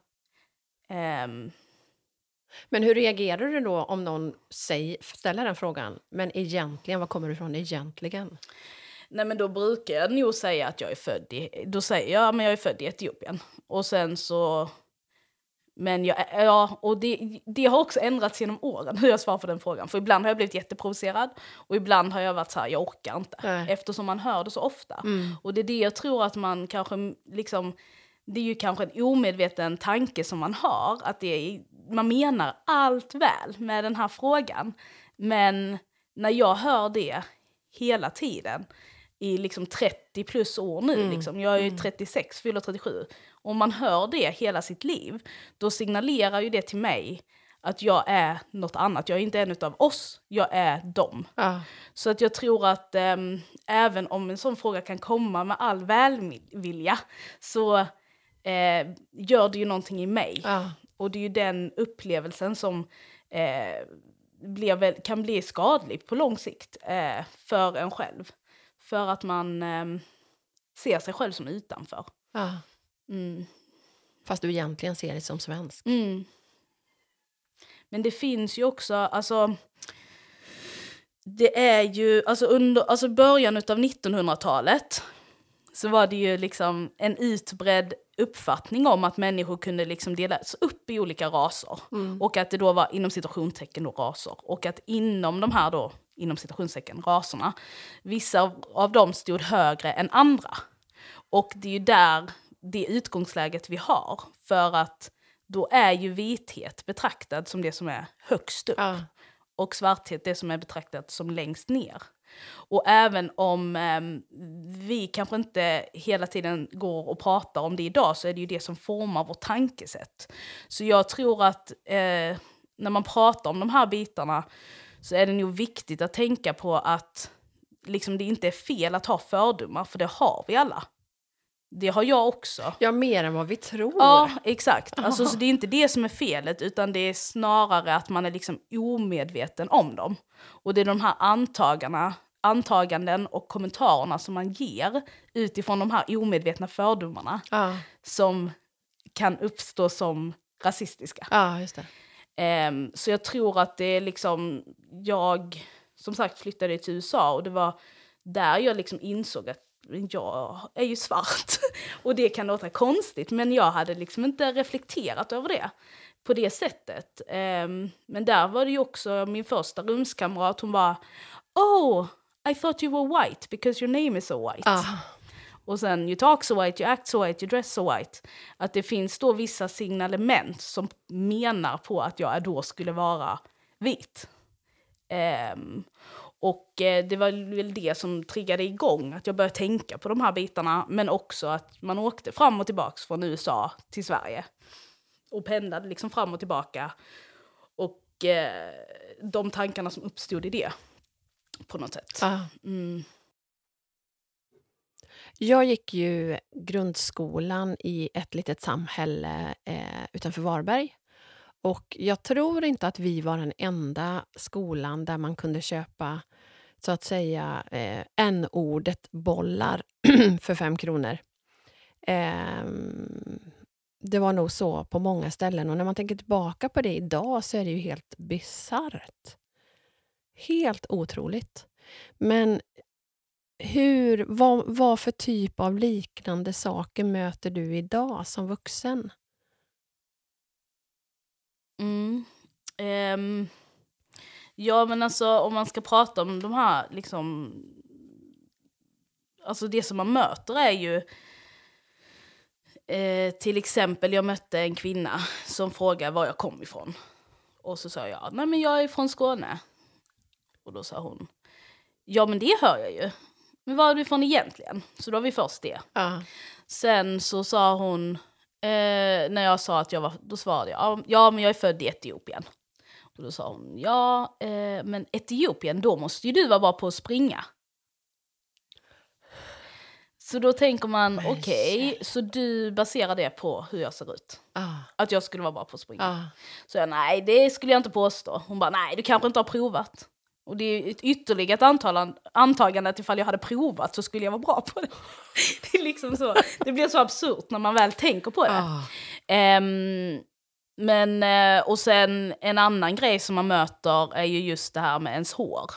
Speaker 2: Um,
Speaker 1: men hur reagerar du då om någon säger, ställer den frågan? Men egentligen, var kommer du ifrån egentligen?
Speaker 2: Nej, men då brukar jag nog säga att jag är född i... Då säger jag, men jag är född i Etiopien. Och sen så... Men jag, ja, och det, det har också ändrats genom åren hur jag svarar på den frågan. För ibland har jag blivit jätteprovocerad. Och ibland har jag varit så här, jag orkar inte. Nej. Eftersom man hör det så ofta. Mm. Och det är det jag tror att man kanske liksom... Det är ju kanske en omedveten tanke som man har. Att det är, man menar allt väl med den här frågan. Men när jag hör det hela tiden... i liksom trettio plus år nu. Mm. Liksom. Jag är ju trettiosex, fyller trettiosju. Om man hör det hela sitt liv, då signalerar ju det till mig att jag är något annat. Jag är inte en av oss, jag är dem.
Speaker 1: Ah.
Speaker 2: Så att jag tror att äm, även om en sån fråga kan komma med all välvilja, så äh, gör det ju någonting i mig.
Speaker 1: Ah.
Speaker 2: Och det är ju den upplevelsen som äh, blir, kan bli skadlig på lång sikt äh, för en själv. För att man eh, ser sig själv som utanför.
Speaker 1: Ja.
Speaker 2: Mm.
Speaker 1: Fast du egentligen ser dig som svensk.
Speaker 2: Mm. Men det finns ju också, alltså... Det är ju, alltså under alltså början av nittonhundratalet så var det ju liksom en utbredd uppfattning om att människor kunde liksom delas upp i olika raser. Mm. Och att det då var inom citationstecken då raser. Och att inom de här då, inom citationstecken raserna, vissa av dem stod högre än andra. Och det är ju där det utgångsläget vi har. För att då är ju vithet betraktad som det som är högst upp.
Speaker 1: Ja.
Speaker 2: Och svarthet det som är betraktat som längst ner. Och även om eh, vi kanske inte hela tiden går och pratar om det idag, så är det ju det som formar vårt tankesätt. Så jag tror att eh, när man pratar om de här bitarna, så är det nog viktigt att tänka på att liksom, det inte är fel att ha fördomar, för det har vi alla. Det har jag också.
Speaker 1: Ja, mer än vad vi tror.
Speaker 2: Ja, exakt. Alltså, så det är inte det som är felet, utan det är snarare att man är liksom omedveten om dem. Och det är de här antagandena, antaganden och kommentarerna som man ger utifrån de här omedvetna fördomarna
Speaker 1: ja.
Speaker 2: som kan uppstå som rasistiska.
Speaker 1: Ja, just det.
Speaker 2: Um, så jag tror att det är liksom, jag som sagt flyttade till U S A och det var där jag liksom insåg att jag är ju svart och det kan låta konstigt, men jag hade liksom inte reflekterat över det på det sättet. Um, men där var det ju också min första rumskamrat, hon bara, oh, I thought you were white because your name is so white.
Speaker 1: Ah.
Speaker 2: Och sen, you talk so white, you act so white, you dress so white. Att det finns då vissa signalement som menar på att jag då skulle vara vit. Um, och eh, det var väl det som triggade igång att jag började tänka på de här bitarna. Men också att man åkte fram och tillbaka från U S A till Sverige. Och pendlade liksom fram och tillbaka. Och eh, de tankarna som uppstod i det. På något sätt.
Speaker 1: Ah.
Speaker 2: Mm.
Speaker 1: Jag gick ju grundskolan i ett litet samhälle eh, utanför Varberg. Och jag tror inte att vi var den enda skolan där man kunde köpa, så att säga, eh, n-ordet bollar för fem kronor. Eh, det var nog så på många ställen. Och när man tänker tillbaka på det idag så är det ju helt bizarrt. Helt otroligt. Men hur, vad, vad för typ av liknande saker möter du idag som vuxen?
Speaker 2: Mm. Um, ja, men alltså om man ska prata om de här liksom, alltså det som man möter är ju eh, till exempel jag mötte en kvinna som frågade var jag kom ifrån. Och så sa jag, nej men jag är från Skåne. Och då sa hon, ja men det hör jag ju. Men var är du ifrån egentligen? Så då var vi först det.
Speaker 1: Uh.
Speaker 2: Sen så sa hon, eh, när jag sa att jag var, då svarade jag, ja men jag är född i Etiopien. Och då sa hon, ja eh, men Etiopien, då måste ju du vara bra på att springa. Så då tänker man, okej, okay, så du baserar det på hur jag ser ut.
Speaker 1: Uh.
Speaker 2: Att jag skulle vara bra på att springa.
Speaker 1: Uh.
Speaker 2: Så jag, nej det skulle jag inte påstå. Hon bara, nej du kanske inte har provat. Och det är ett ytterligare antal, antagande att ifall jag hade provat så skulle jag vara bra på det. Det är liksom så. Det blir så absurt när man väl tänker på det. Oh. Um, men, och sen en annan grej som man möter är ju just det här med ens hår.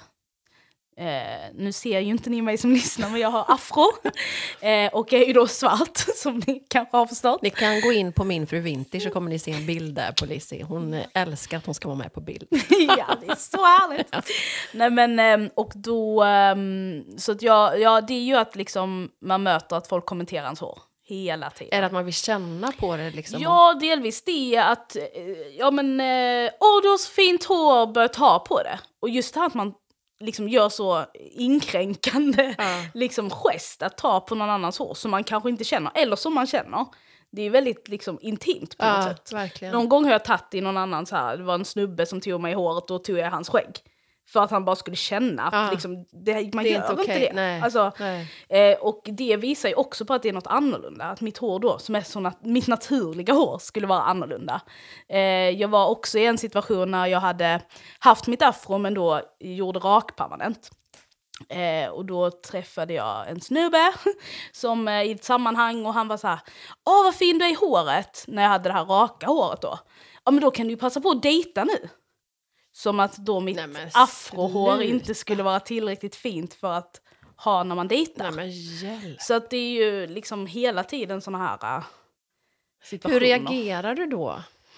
Speaker 2: Uh, nu ser ju inte ni mig som lyssnar, men jag har afro. uh, och är ju då svart, som ni kanske har förstått.
Speaker 1: Ni kan gå in på min fru Vintage så kommer ni se en bild där på Lizzie. Hon älskar att hon ska vara med på bild.
Speaker 2: Ja, det är så härligt. Nej, men, och då, så att jag, ja, det är ju att liksom man möter att folk kommenterar ens hår hela tiden.
Speaker 1: Är det att man vill känna på det liksom?
Speaker 2: Ja, delvis det att, ja men, åh du har så fint hår, bör ta på det. Och just det här att man liksom gör så inkränkande uh. liksom gest att ta på någon annans hår som man kanske inte känner, eller som man känner. Det är väldigt liksom intimt på
Speaker 1: uh,
Speaker 2: något sätt.
Speaker 1: Verkligen.
Speaker 2: Någon gång har jag tagit i någon annan så här, det var en snubbe som tog mig i håret och tog jag hans skägg. För att han bara skulle känna att uh. liksom, det, man det gör inte, okay. inte det. Nej. Alltså, Nej. Eh, och det visar ju också på att det är något annorlunda. Att mitt hår då, som är så nat- mitt naturliga hår, skulle vara annorlunda. Eh, jag var också i en situation när jag hade haft mitt afro men då gjorde rak permanent. Eh, och då träffade jag en snubbe som eh, i ett sammanhang och han var så här, åh vad fin du är i håret, när jag hade det här raka håret då. Ja men då kan du ju passa på att dejta nu. Som att då mitt Nej, afrohår sluta. inte skulle vara tillräckligt fint för att ha när man dejtar.
Speaker 1: Nej, men
Speaker 2: så att det är ju liksom hela tiden såna här uh, situationer.
Speaker 1: Hur reagerar du då?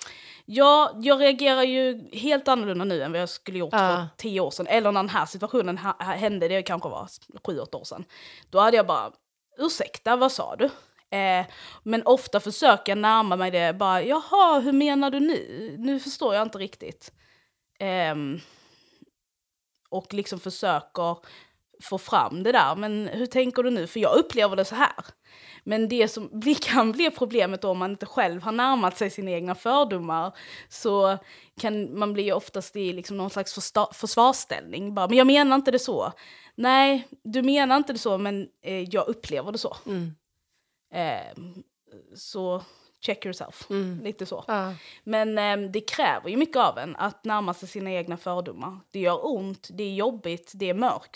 Speaker 2: Ja, jag reagerar ju helt annorlunda nu än vad jag skulle gjort uh. för tio år sedan. Eller när den här situationen ha- hände, det kanske var sju, åtta år sedan. Då hade jag bara, ursäkta, vad sa du? Eh, men ofta försöker jag närma mig det bara, jaha, hur menar du nu? Nu förstår jag inte riktigt. Eh, och liksom försöker få fram det där. Men hur tänker du nu? För jag upplever det så här. Men det som kan bli problemet då, om man inte själv har närmat sig sina egna fördomar, så kan man bli oftast i liksom någon slags första- försvarsställning. Bara, men jag menar inte det så. Nej, du menar inte det så, men eh, jag upplever det så. Mm. Eh, så check yourself, mm. lite så. Ja. Men eh, det kräver ju mycket av en att närma sig sina egna fördomar. Det gör ont, det är jobbigt, det är mörkt.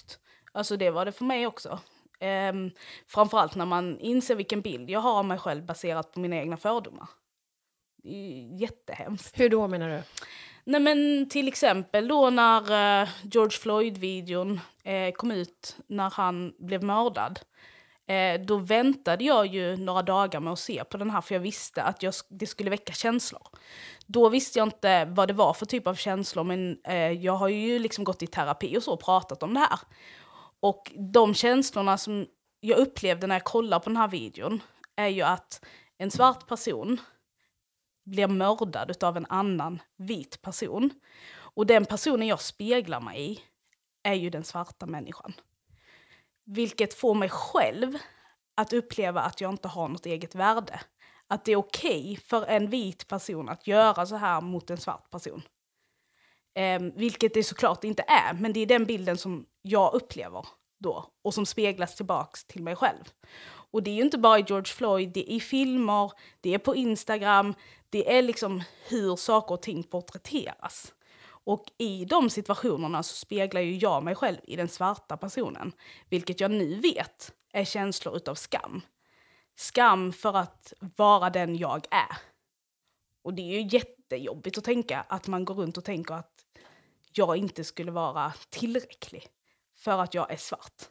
Speaker 2: Alltså det var det för mig också. Um, framförallt när man inser vilken bild jag har av mig själv baserat på mina egna fördomar. Det är jättehemskt.
Speaker 1: Hur då menar du?
Speaker 2: Nej men till exempel då när uh, George Floyd-videon uh, kom ut när han blev mördad. Uh, då väntade jag ju några dagar med att se på den här för jag visste att jag, det skulle väcka känslor. Då visste jag inte vad det var för typ av känslor men uh, jag har ju liksom gått i terapi och så och pratat om det här. Och de känslorna som jag upplevde när jag kollade på den här videon är ju att en svart person blir mördad av en annan vit person. Och den personen jag speglar mig i är ju den svarta människan. Vilket får mig själv att uppleva att jag inte har något eget värde. Att det är okej för en vit person att göra så här mot en svart person. Eh, vilket det såklart inte är, men det är den bilden som jag upplever då. Och som speglas tillbaks till mig själv. Och det är ju inte bara i George Floyd, det är i filmer, det är på Instagram. Det är liksom hur saker och ting porträtteras. Och i de situationerna så speglar ju jag mig själv i den svarta personen. Vilket jag nu vet är känslor utav skam. Skam för att vara den jag är. Och det är ju jättejobbigt att tänka att man går runt och tänker att jag inte skulle vara tillräcklig för att jag är svart.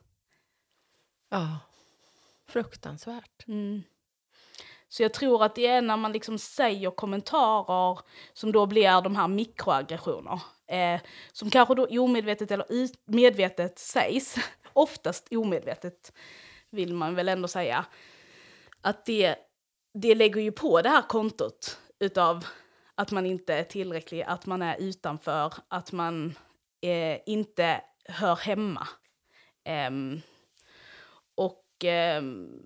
Speaker 1: Ja, fruktansvärt.
Speaker 2: Mm. Så jag tror att det är när man liksom säger kommentarer som då blir de här mikroaggressioner. Eh, som kanske då omedvetet eller medvetet sägs. Oftast omedvetet vill man väl ändå säga. Att det, det lägger ju på det här kontot utav att man inte är tillräcklig, att man är utanför, att man eh, inte hör hemma. Eh, och... Eh,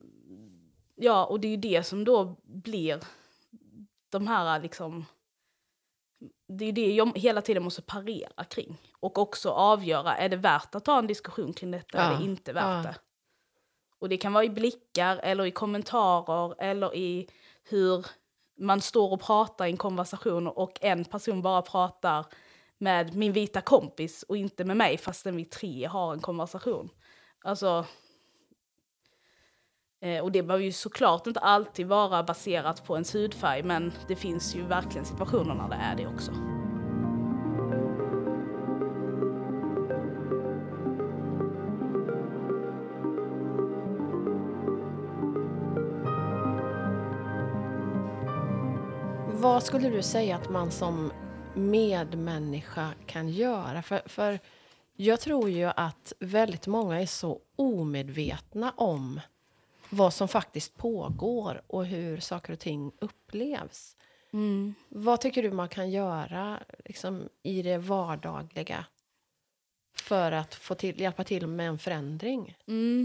Speaker 2: Ja, och det är ju det som då blir de här liksom... Det är ju det jag hela tiden måste parera kring. Och också avgöra, är det värt att ta en diskussion kring detta
Speaker 1: Ja,
Speaker 2: eller är det inte värt
Speaker 1: ja.
Speaker 2: det? Och det kan vara i blickar eller i kommentarer eller i hur man står och pratar i en konversation och en person bara pratar med min vita kompis och inte med mig fastän vi tre har en konversation. Alltså... Och det behöver ju såklart inte alltid vara baserat på ens hudfärg, men det finns ju verkligen situationer när det är det också.
Speaker 1: Vad skulle du säga att man som medmänniska kan göra? För, för jag tror ju att väldigt många är så omedvetna om vad som faktiskt pågår och hur saker och ting upplevs.
Speaker 2: Mm.
Speaker 1: Vad tycker du man kan göra liksom, i det vardagliga för att få till, hjälpa till med en förändring?
Speaker 2: Mm.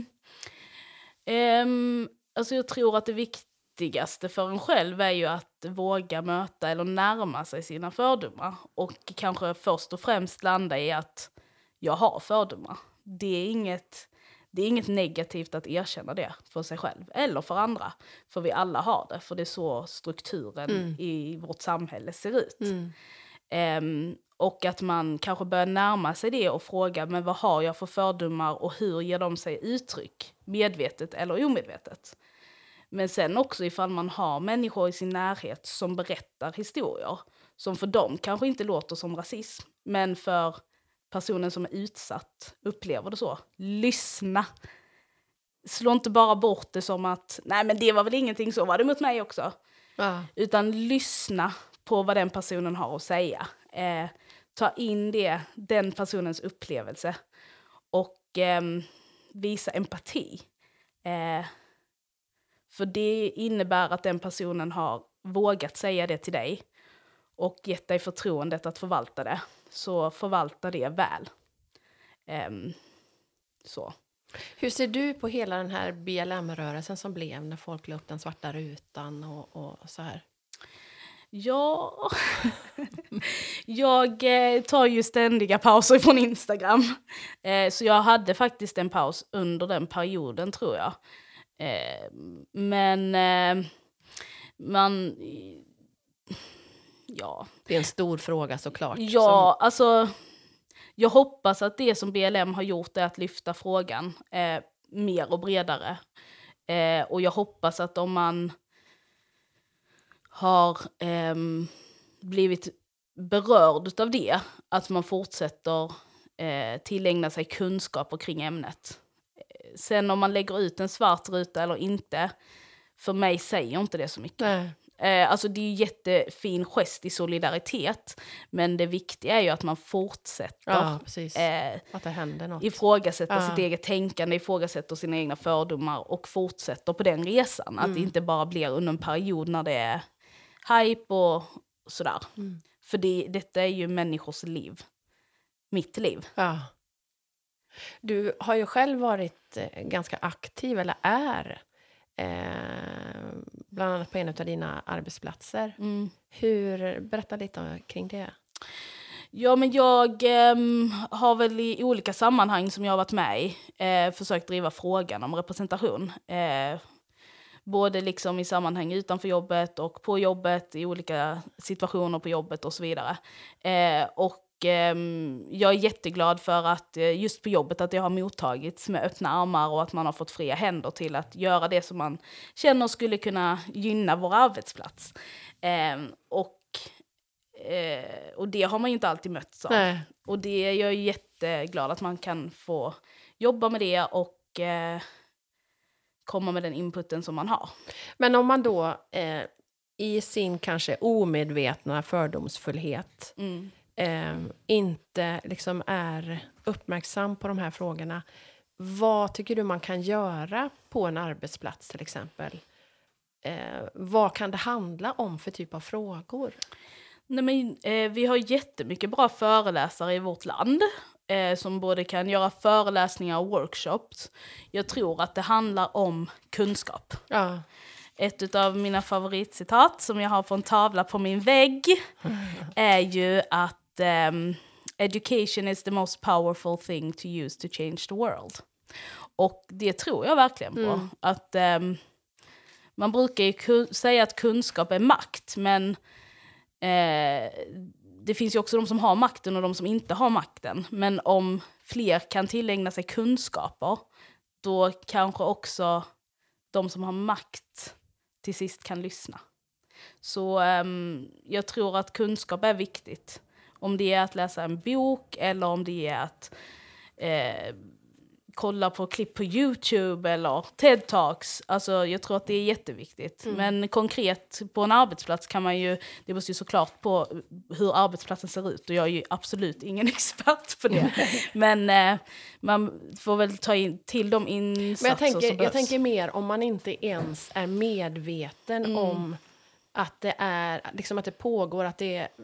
Speaker 2: Um, alltså jag tror att det viktigaste för en själv är ju att våga möta eller närma sig sina fördomar. Och kanske först och främst landa i att jag har fördomar. Det är inget... Det är inget negativt att erkänna det för sig själv eller för andra. För vi alla har det, för det är så strukturen mm. i vårt samhälle ser ut. Mm. Um, och att man kanske börjar närma sig det och fråga, men vad har jag för fördomar och hur ger de sig uttryck? Medvetet eller omedvetet? Men sen också ifall man har människor i sin närhet som berättar historier som för dem kanske inte låter som rasism, men för personen som är utsatt upplever det så. Lyssna. Slå inte bara bort det som att nej men det var väl ingenting, så var det mot mig också. Ja. Utan lyssna på vad den personen har att säga. Eh, ta in det, den personens upplevelse. Och eh, visa empati. Eh, för det innebär att den personen har vågat säga det till dig. Och gett dig förtroendet att förvalta det. Så förvalta det väl. Um, så.
Speaker 1: Hur ser du på hela den här B L M-rörelsen som blev när folk la upp den svarta rutan och, och så här?
Speaker 2: Ja, jag eh, tar ju ständiga pauser från Instagram. Eh, så jag hade faktiskt en paus under den perioden tror jag. Eh, men eh, man... Ja.
Speaker 1: Det är en stor fråga såklart.
Speaker 2: Ja,
Speaker 1: som...
Speaker 2: alltså... jag hoppas att det som B L M har gjort är att lyfta frågan eh, mer och bredare. Eh, och jag hoppas att om man har eh, blivit berörd av det, att man fortsätter eh, tillägna sig kunskaper kring ämnet. Sen om man lägger ut en svart ruta eller inte, för mig säger inte det så mycket.
Speaker 1: Nej.
Speaker 2: Eh, alltså det är ju jättefin gest i solidaritet, men det viktiga är ju att man fortsätter
Speaker 1: Ja, precis.
Speaker 2: Eh,
Speaker 1: att det händer något.
Speaker 2: ifrågasätta
Speaker 1: Ja.
Speaker 2: sitt eget tänkande, ifrågasätta sina egna fördomar och fortsätter på den resan.
Speaker 1: Mm.
Speaker 2: Att det inte bara blir under en period när det är hype och sådär.
Speaker 1: Mm.
Speaker 2: För det, detta är ju människors liv. Mitt liv.
Speaker 1: Ja. Du har ju själv varit eh, ganska aktiv, eller är, eh, bland annat på en av dina arbetsplatser.
Speaker 2: Mm.
Speaker 1: Hur, berätta lite kring det.
Speaker 2: Ja, men jag eh, har väl i olika sammanhang som jag har varit med i eh, försökt driva frågan om representation. Eh, både liksom i sammanhang utanför jobbet och på jobbet, i olika situationer på jobbet och så vidare. Eh, och jag är jätteglad för att just på jobbet att det har mottagits med öppna armar och att man har fått fria händer till att göra det som man känner skulle kunna gynna vår arbetsplats. Eh, och, eh, och det har man ju inte alltid mötts av.
Speaker 1: Nej.
Speaker 2: Och det är jag jätteglad att man kan få jobba med det och eh, komma med den inputen som man har.
Speaker 1: Men om man då eh, i sin kanske omedvetna fördomsfullhet
Speaker 2: Mm.
Speaker 1: Eh, inte liksom är uppmärksam på de här frågorna. Vad tycker du man kan göra på en arbetsplats till exempel? Eh, vad kan det handla om för typ av frågor?
Speaker 2: Nej, men, eh, vi har jättemycket bra föreläsare i vårt land eh, som både kan göra föreläsningar och workshops. Jag tror att det handlar om kunskap.
Speaker 1: Ja.
Speaker 2: Ett av mina favoritcitat som jag har på en tavla på min vägg är ju att um, education is the most powerful thing to use to change the world. Och det tror jag verkligen på. Mm. Att um, man brukar ju ku- säga att kunskap är makt, men eh, det finns ju också de som har makten och de som inte har makten. Men om fler kan tillägna sig kunskaper, då kanske också de som har makt till sist kan lyssna. Så um, jag tror att kunskap är viktigt. Om det är att läsa en bok eller om det är att eh, kolla på klipp på YouTube eller TED-talks. Alltså jag tror att det är jätteviktigt. Mm. Men konkret på en arbetsplats kan man ju, det beror ju såklart på hur arbetsplatsen ser ut. Och jag är ju absolut ingen expert på det. Men eh, man får väl ta in till de insatser
Speaker 1: Men jag tänker,
Speaker 2: som behövs.
Speaker 1: jag tänker mer om man inte ens är medveten mm. om att det är, liksom att det pågår, att det är...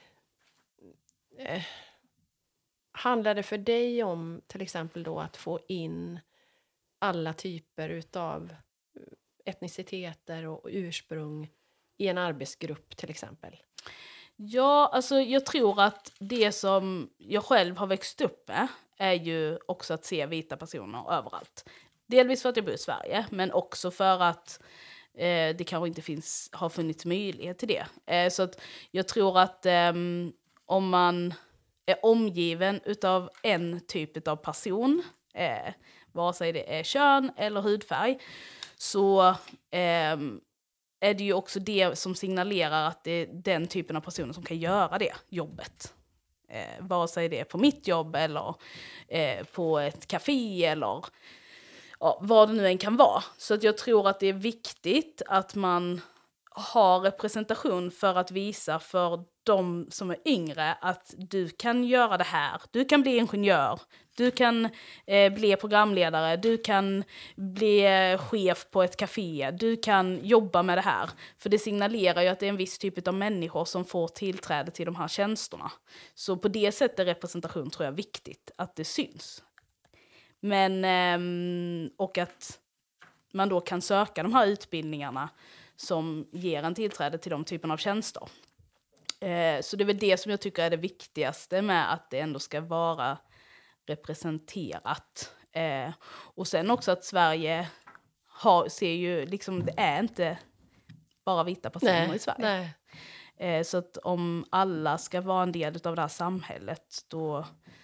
Speaker 1: Eh, handlar det för dig om till exempel då att få in alla typer utav etniciteter och ursprung i en arbetsgrupp till exempel?
Speaker 2: Ja, alltså jag tror att det som jag själv har växt upp med är ju också att se vita personer överallt. Delvis för att jag bor i Sverige, men också för att eh, det kanske inte finns, har funnits möjlighet till det. Eh, så att jag tror att eh, om man är omgiven utav en typ av person, eh, vare sig det är kön eller hudfärg, så eh, är det ju också det som signalerar att det är den typen av personer som kan göra det jobbet. Eh, vare sig det är på mitt jobb eller eh, på ett café eller ja, vad det nu än kan vara. Så att jag tror att det är viktigt att man har representation för att visa för de som är yngre att du kan göra det här. Du kan bli ingenjör, du kan eh, bli programledare, du kan bli eh, chef på ett café, du kan jobba med det här. För det signalerar ju att det är en viss typ av människor som får tillträde till de här tjänsterna. Så på det sättet är representation tror jag viktigt, att det syns. Men, eh, och att man då kan söka de här utbildningarna som ger en tillträde till de typen av tjänster. Eh, så det är väl det som jag tycker är det viktigaste med att det ändå ska vara representerat. Eh, och sen också att Sverige har, ser ju, liksom det är inte bara vita personer
Speaker 1: nej,
Speaker 2: i Sverige. Eh, så att om alla ska vara en del av det här samhället, då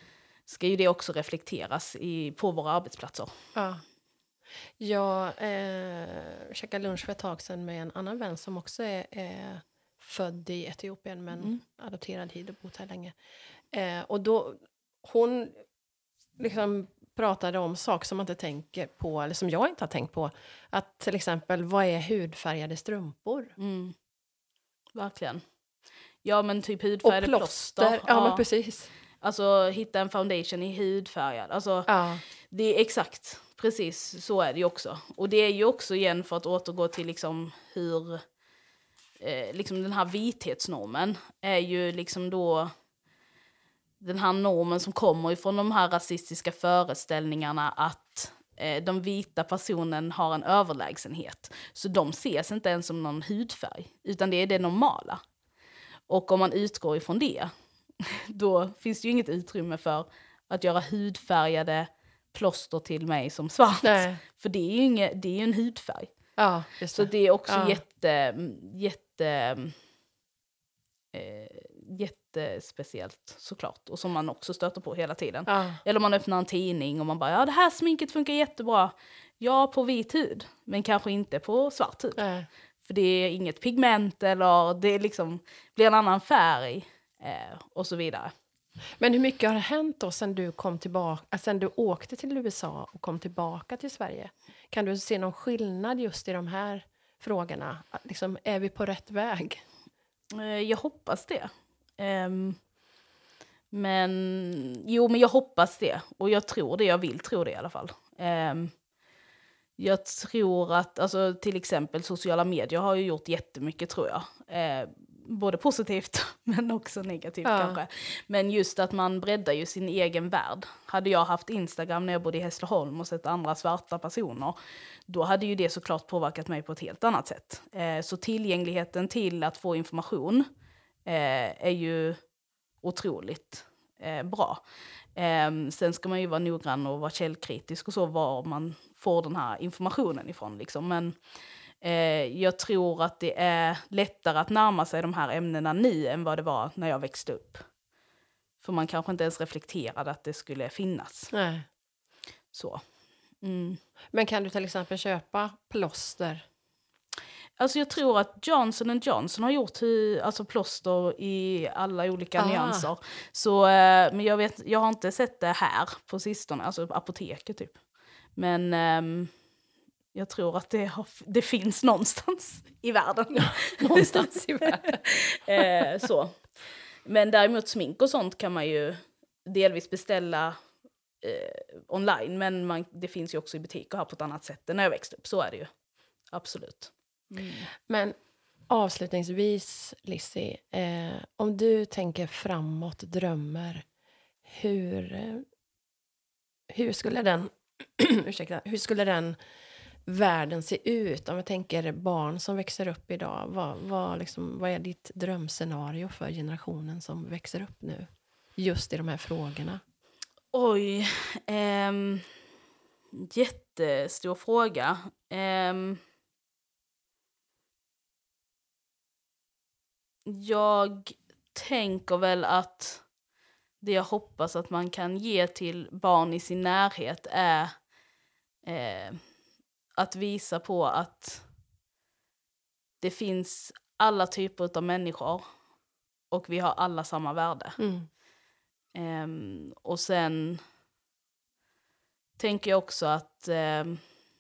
Speaker 2: ska ju det också reflekteras i, på våra arbetsplatser.
Speaker 1: Ja. Jag eh, käkade lunch för ett tag sedan med en annan vän som också är, är född i Etiopien men mm. adopterad hit och bott här länge. Eh, och då, hon liksom pratade om saker som man inte tänker på, eller som jag inte har tänkt på. Att till exempel, vad är hudfärgade strumpor?
Speaker 2: Mm. Verkligen. Ja, men typ hudfärgade
Speaker 1: och plåster. plåster. Ja, ja, men precis.
Speaker 2: Alltså, hitta en foundation i hudfärgad. Alltså,
Speaker 1: ja.
Speaker 2: Det är exakt, precis så är det ju också. Och det är ju också igen för att återgå till liksom hur, eh, liksom den här vithetsnormen är ju liksom då den här normen som kommer ifrån de här rasistiska föreställningarna att eh, de vita personen har en överlägsenhet. Så de ses inte ens som någon hudfärg, utan det är det normala. Och om man utgår ifrån det, då finns det ju inget utrymme för att göra hudfärgade plåster till mig som svart. Nej. För det är ju inget, det är ju en hudfärg.
Speaker 1: Ja, just det.
Speaker 2: Så det är också ja. jätte, jätte, eh, jättespeciellt såklart. Och som man också stöter på hela tiden.
Speaker 1: Ja.
Speaker 2: Eller man öppnar en tidning och man bara, ja det här sminket funkar jättebra. Ja, på vit hud, men kanske inte på svart hud.
Speaker 1: Nej.
Speaker 2: För det är inget pigment eller det är liksom, blir en annan färg eh, och så vidare.
Speaker 1: Men hur mycket har det hänt då sen du kom tillbaka, sen du åkte till U S A och kom tillbaka till Sverige? Kan du se någon skillnad just i de här frågorna? Liksom, är vi på rätt väg?
Speaker 2: Jag hoppas det. Um, men jo, men jag hoppas det. Och jag tror det, jag vill tro det i alla fall. Um, jag tror att, alltså till exempel sociala medier har ju gjort jättemycket tror jag. Uh, både positivt men också negativt ja. kanske. Men just att man breddar ju sin egen värld. Hade jag haft Instagram när jag bodde i Hässleholm och sett andra svarta personer, då hade ju det såklart påverkat mig på ett helt annat sätt. Eh, så tillgängligheten till att få information eh, är ju otroligt eh, bra. Eh, sen ska man ju vara noggrann och vara källkritisk och så var man får den här informationen ifrån liksom. Men Eh, jag tror att det är lättare att närma sig de här ämnena nu än vad det var när jag växte upp. För man kanske inte ens reflekterade att det skulle finnas.
Speaker 1: Nej.
Speaker 2: Så. Mm.
Speaker 1: Men kan du till exempel köpa plåster?
Speaker 2: Alltså jag tror att Johnson and Johnson har gjort alltså plåster i alla olika ah. nyanser. Så, eh, men jag, vet, jag har inte sett det här på sistone, alltså apoteket typ. Men... Ehm, jag tror att det, har, det finns någonstans i världen.
Speaker 1: någonstans i världen.
Speaker 2: eh, så. Men däremot smink och sånt kan man ju delvis beställa eh, online. Men man, det finns ju också i butiker här på ett annat sätt än när jag växte upp. Så är det ju. Absolut.
Speaker 1: Mm. Men avslutningsvis, Lizzie. Eh, om du tänker framåt, drömmer. Hur, hur skulle den... ursäkta, hur skulle den... världen ser ut, om jag tänker barn som växer upp idag, vad, vad, liksom, vad är ditt drömscenario för generationen som växer upp nu just i de här frågorna?
Speaker 2: Oj, ehm, jättestor fråga. Ehm, jag tänker väl att det jag hoppas att man kan ge till barn i sin närhet är eh, att visa på att det finns alla typer av människor och vi har alla samma värde.
Speaker 1: Mm.
Speaker 2: Um, och sen tänker jag också att um,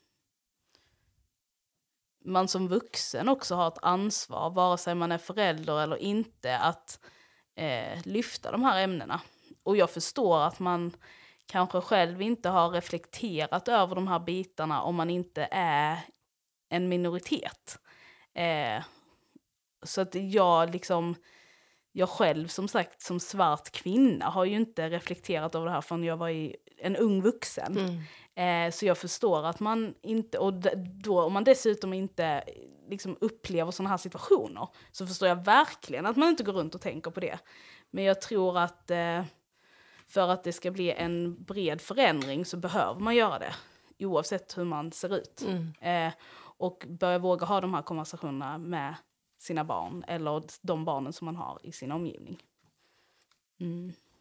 Speaker 2: man som vuxen också har ett ansvar, vare sig man är förälder eller inte, att uh, lyfta de här ämnena. Och jag förstår att man kanske själv inte har reflekterat över de här bitarna om man inte är en minoritet. Eh, så att jag liksom, jag själv som sagt som svart kvinna har ju inte reflekterat över det här förrän jag var i, en ung vuxen. Mm. Eh, så jag förstår att man inte, och då om man dessutom inte liksom upplever sådana här situationer, så förstår jag verkligen att man inte går runt och tänker på det. Men jag tror att eh, för att det ska bli en bred förändring så behöver man göra det. Oavsett hur man ser ut. Mm. Eh, och börja våga ha de här konversationerna med sina barn. Eller de barnen som man har i sin omgivning. Mm.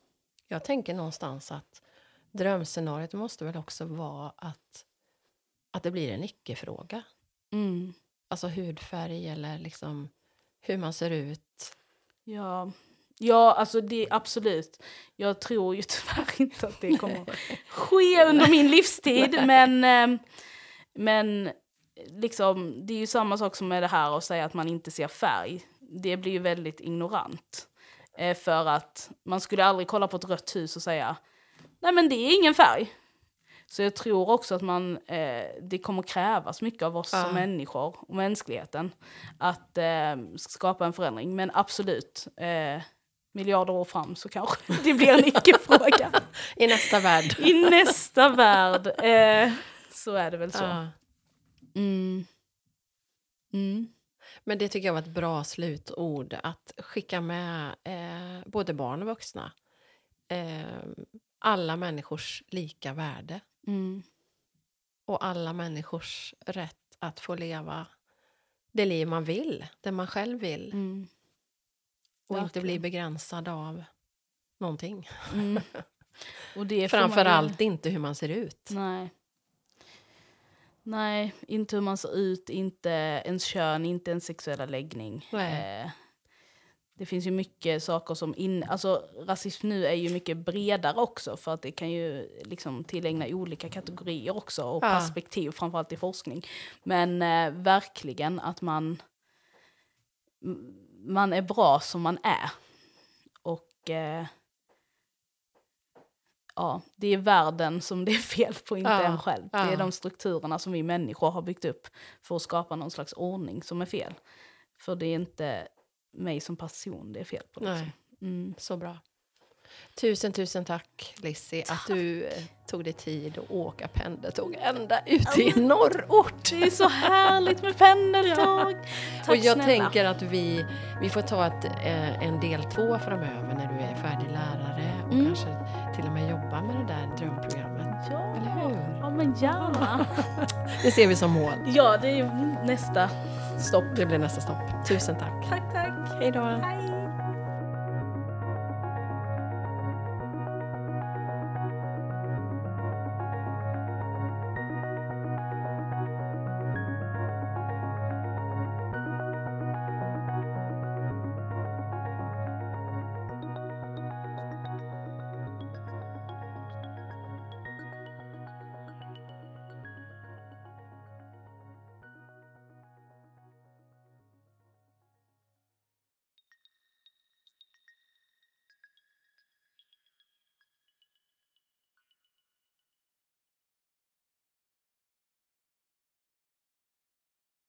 Speaker 1: Jag tänker någonstans att drömscenariet måste väl också vara att, att det blir en icke-fråga.
Speaker 2: Mm.
Speaker 1: Alltså hudfärg eller liksom hur man ser ut.
Speaker 2: Ja, ja alltså det absolut. Jag tror ju tyvärr inte att det kommer att ske under min livstid. men, eh, men liksom, det är ju samma sak som med det här att säga att man inte ser färg. Det blir ju väldigt ignorant. Eh, för att man skulle aldrig kolla på ett rött hus och säga nej men det är ingen färg. Så jag tror också att man, eh, det kommer krävas mycket av oss
Speaker 1: Ja.
Speaker 2: som människor och mänskligheten att eh, skapa en förändring. Men absolut, eh, miljarder år fram så kanske det blir en icke-fråga.
Speaker 1: I nästa värld.
Speaker 2: I nästa värld. Eh, så är det väl så.
Speaker 1: Ja.
Speaker 2: Mm. Mm.
Speaker 1: Men det tycker jag var ett bra slutord. Att skicka med eh, både barn och vuxna. Eh, alla människors lika värde.
Speaker 2: Mm.
Speaker 1: Och alla människors rätt att få leva det liv man vill. Det man själv vill.
Speaker 2: Mm.
Speaker 1: Och inte
Speaker 2: Verkligen.
Speaker 1: bli begränsad av någonting.
Speaker 2: Mm. Och det får
Speaker 1: Framförallt
Speaker 2: man ju...
Speaker 1: inte hur man ser ut.
Speaker 2: Nej. Nej, inte hur man ser ut, inte ens kön, inte ens sexuella läggning. Eh, det finns ju mycket saker som... In, alltså, rasism nu är ju mycket bredare också för att det kan ju liksom tillägna olika kategorier också och
Speaker 1: Ja.
Speaker 2: perspektiv, framförallt i forskning. Men eh, verkligen att man, man är bra som man är. Och... Eh, ja, det är världen som det är fel på, inte
Speaker 1: Ja,
Speaker 2: en själv.
Speaker 1: ja.
Speaker 2: Det är de strukturerna som vi människor har byggt upp för att skapa någon slags ordning som är fel. För det är inte mig som person det är fel på. Liksom.
Speaker 1: Nej,
Speaker 2: Mm.
Speaker 1: så bra. Tusen, tusen tack Lizzie att du eh, tog dig tid att åka pendeltåg ända ut i norrort.
Speaker 2: Det är så härligt med pendeltåg. Tack
Speaker 1: Och jag
Speaker 2: snälla.
Speaker 1: tänker att vi, vi får ta ett, eh, en del två framöver när du är färdig lärare och
Speaker 2: Mm.
Speaker 1: kanske till och med jobba med det där drömprogrammet.
Speaker 2: Ja.
Speaker 1: Eller hur?
Speaker 2: Ja, men gärna.
Speaker 1: Det ser vi som mål.
Speaker 2: Ja, det är nästa stopp.
Speaker 1: Det blir nästa stopp. Tusen tack.
Speaker 2: Tack, tack.
Speaker 1: Hej då.
Speaker 2: Hej.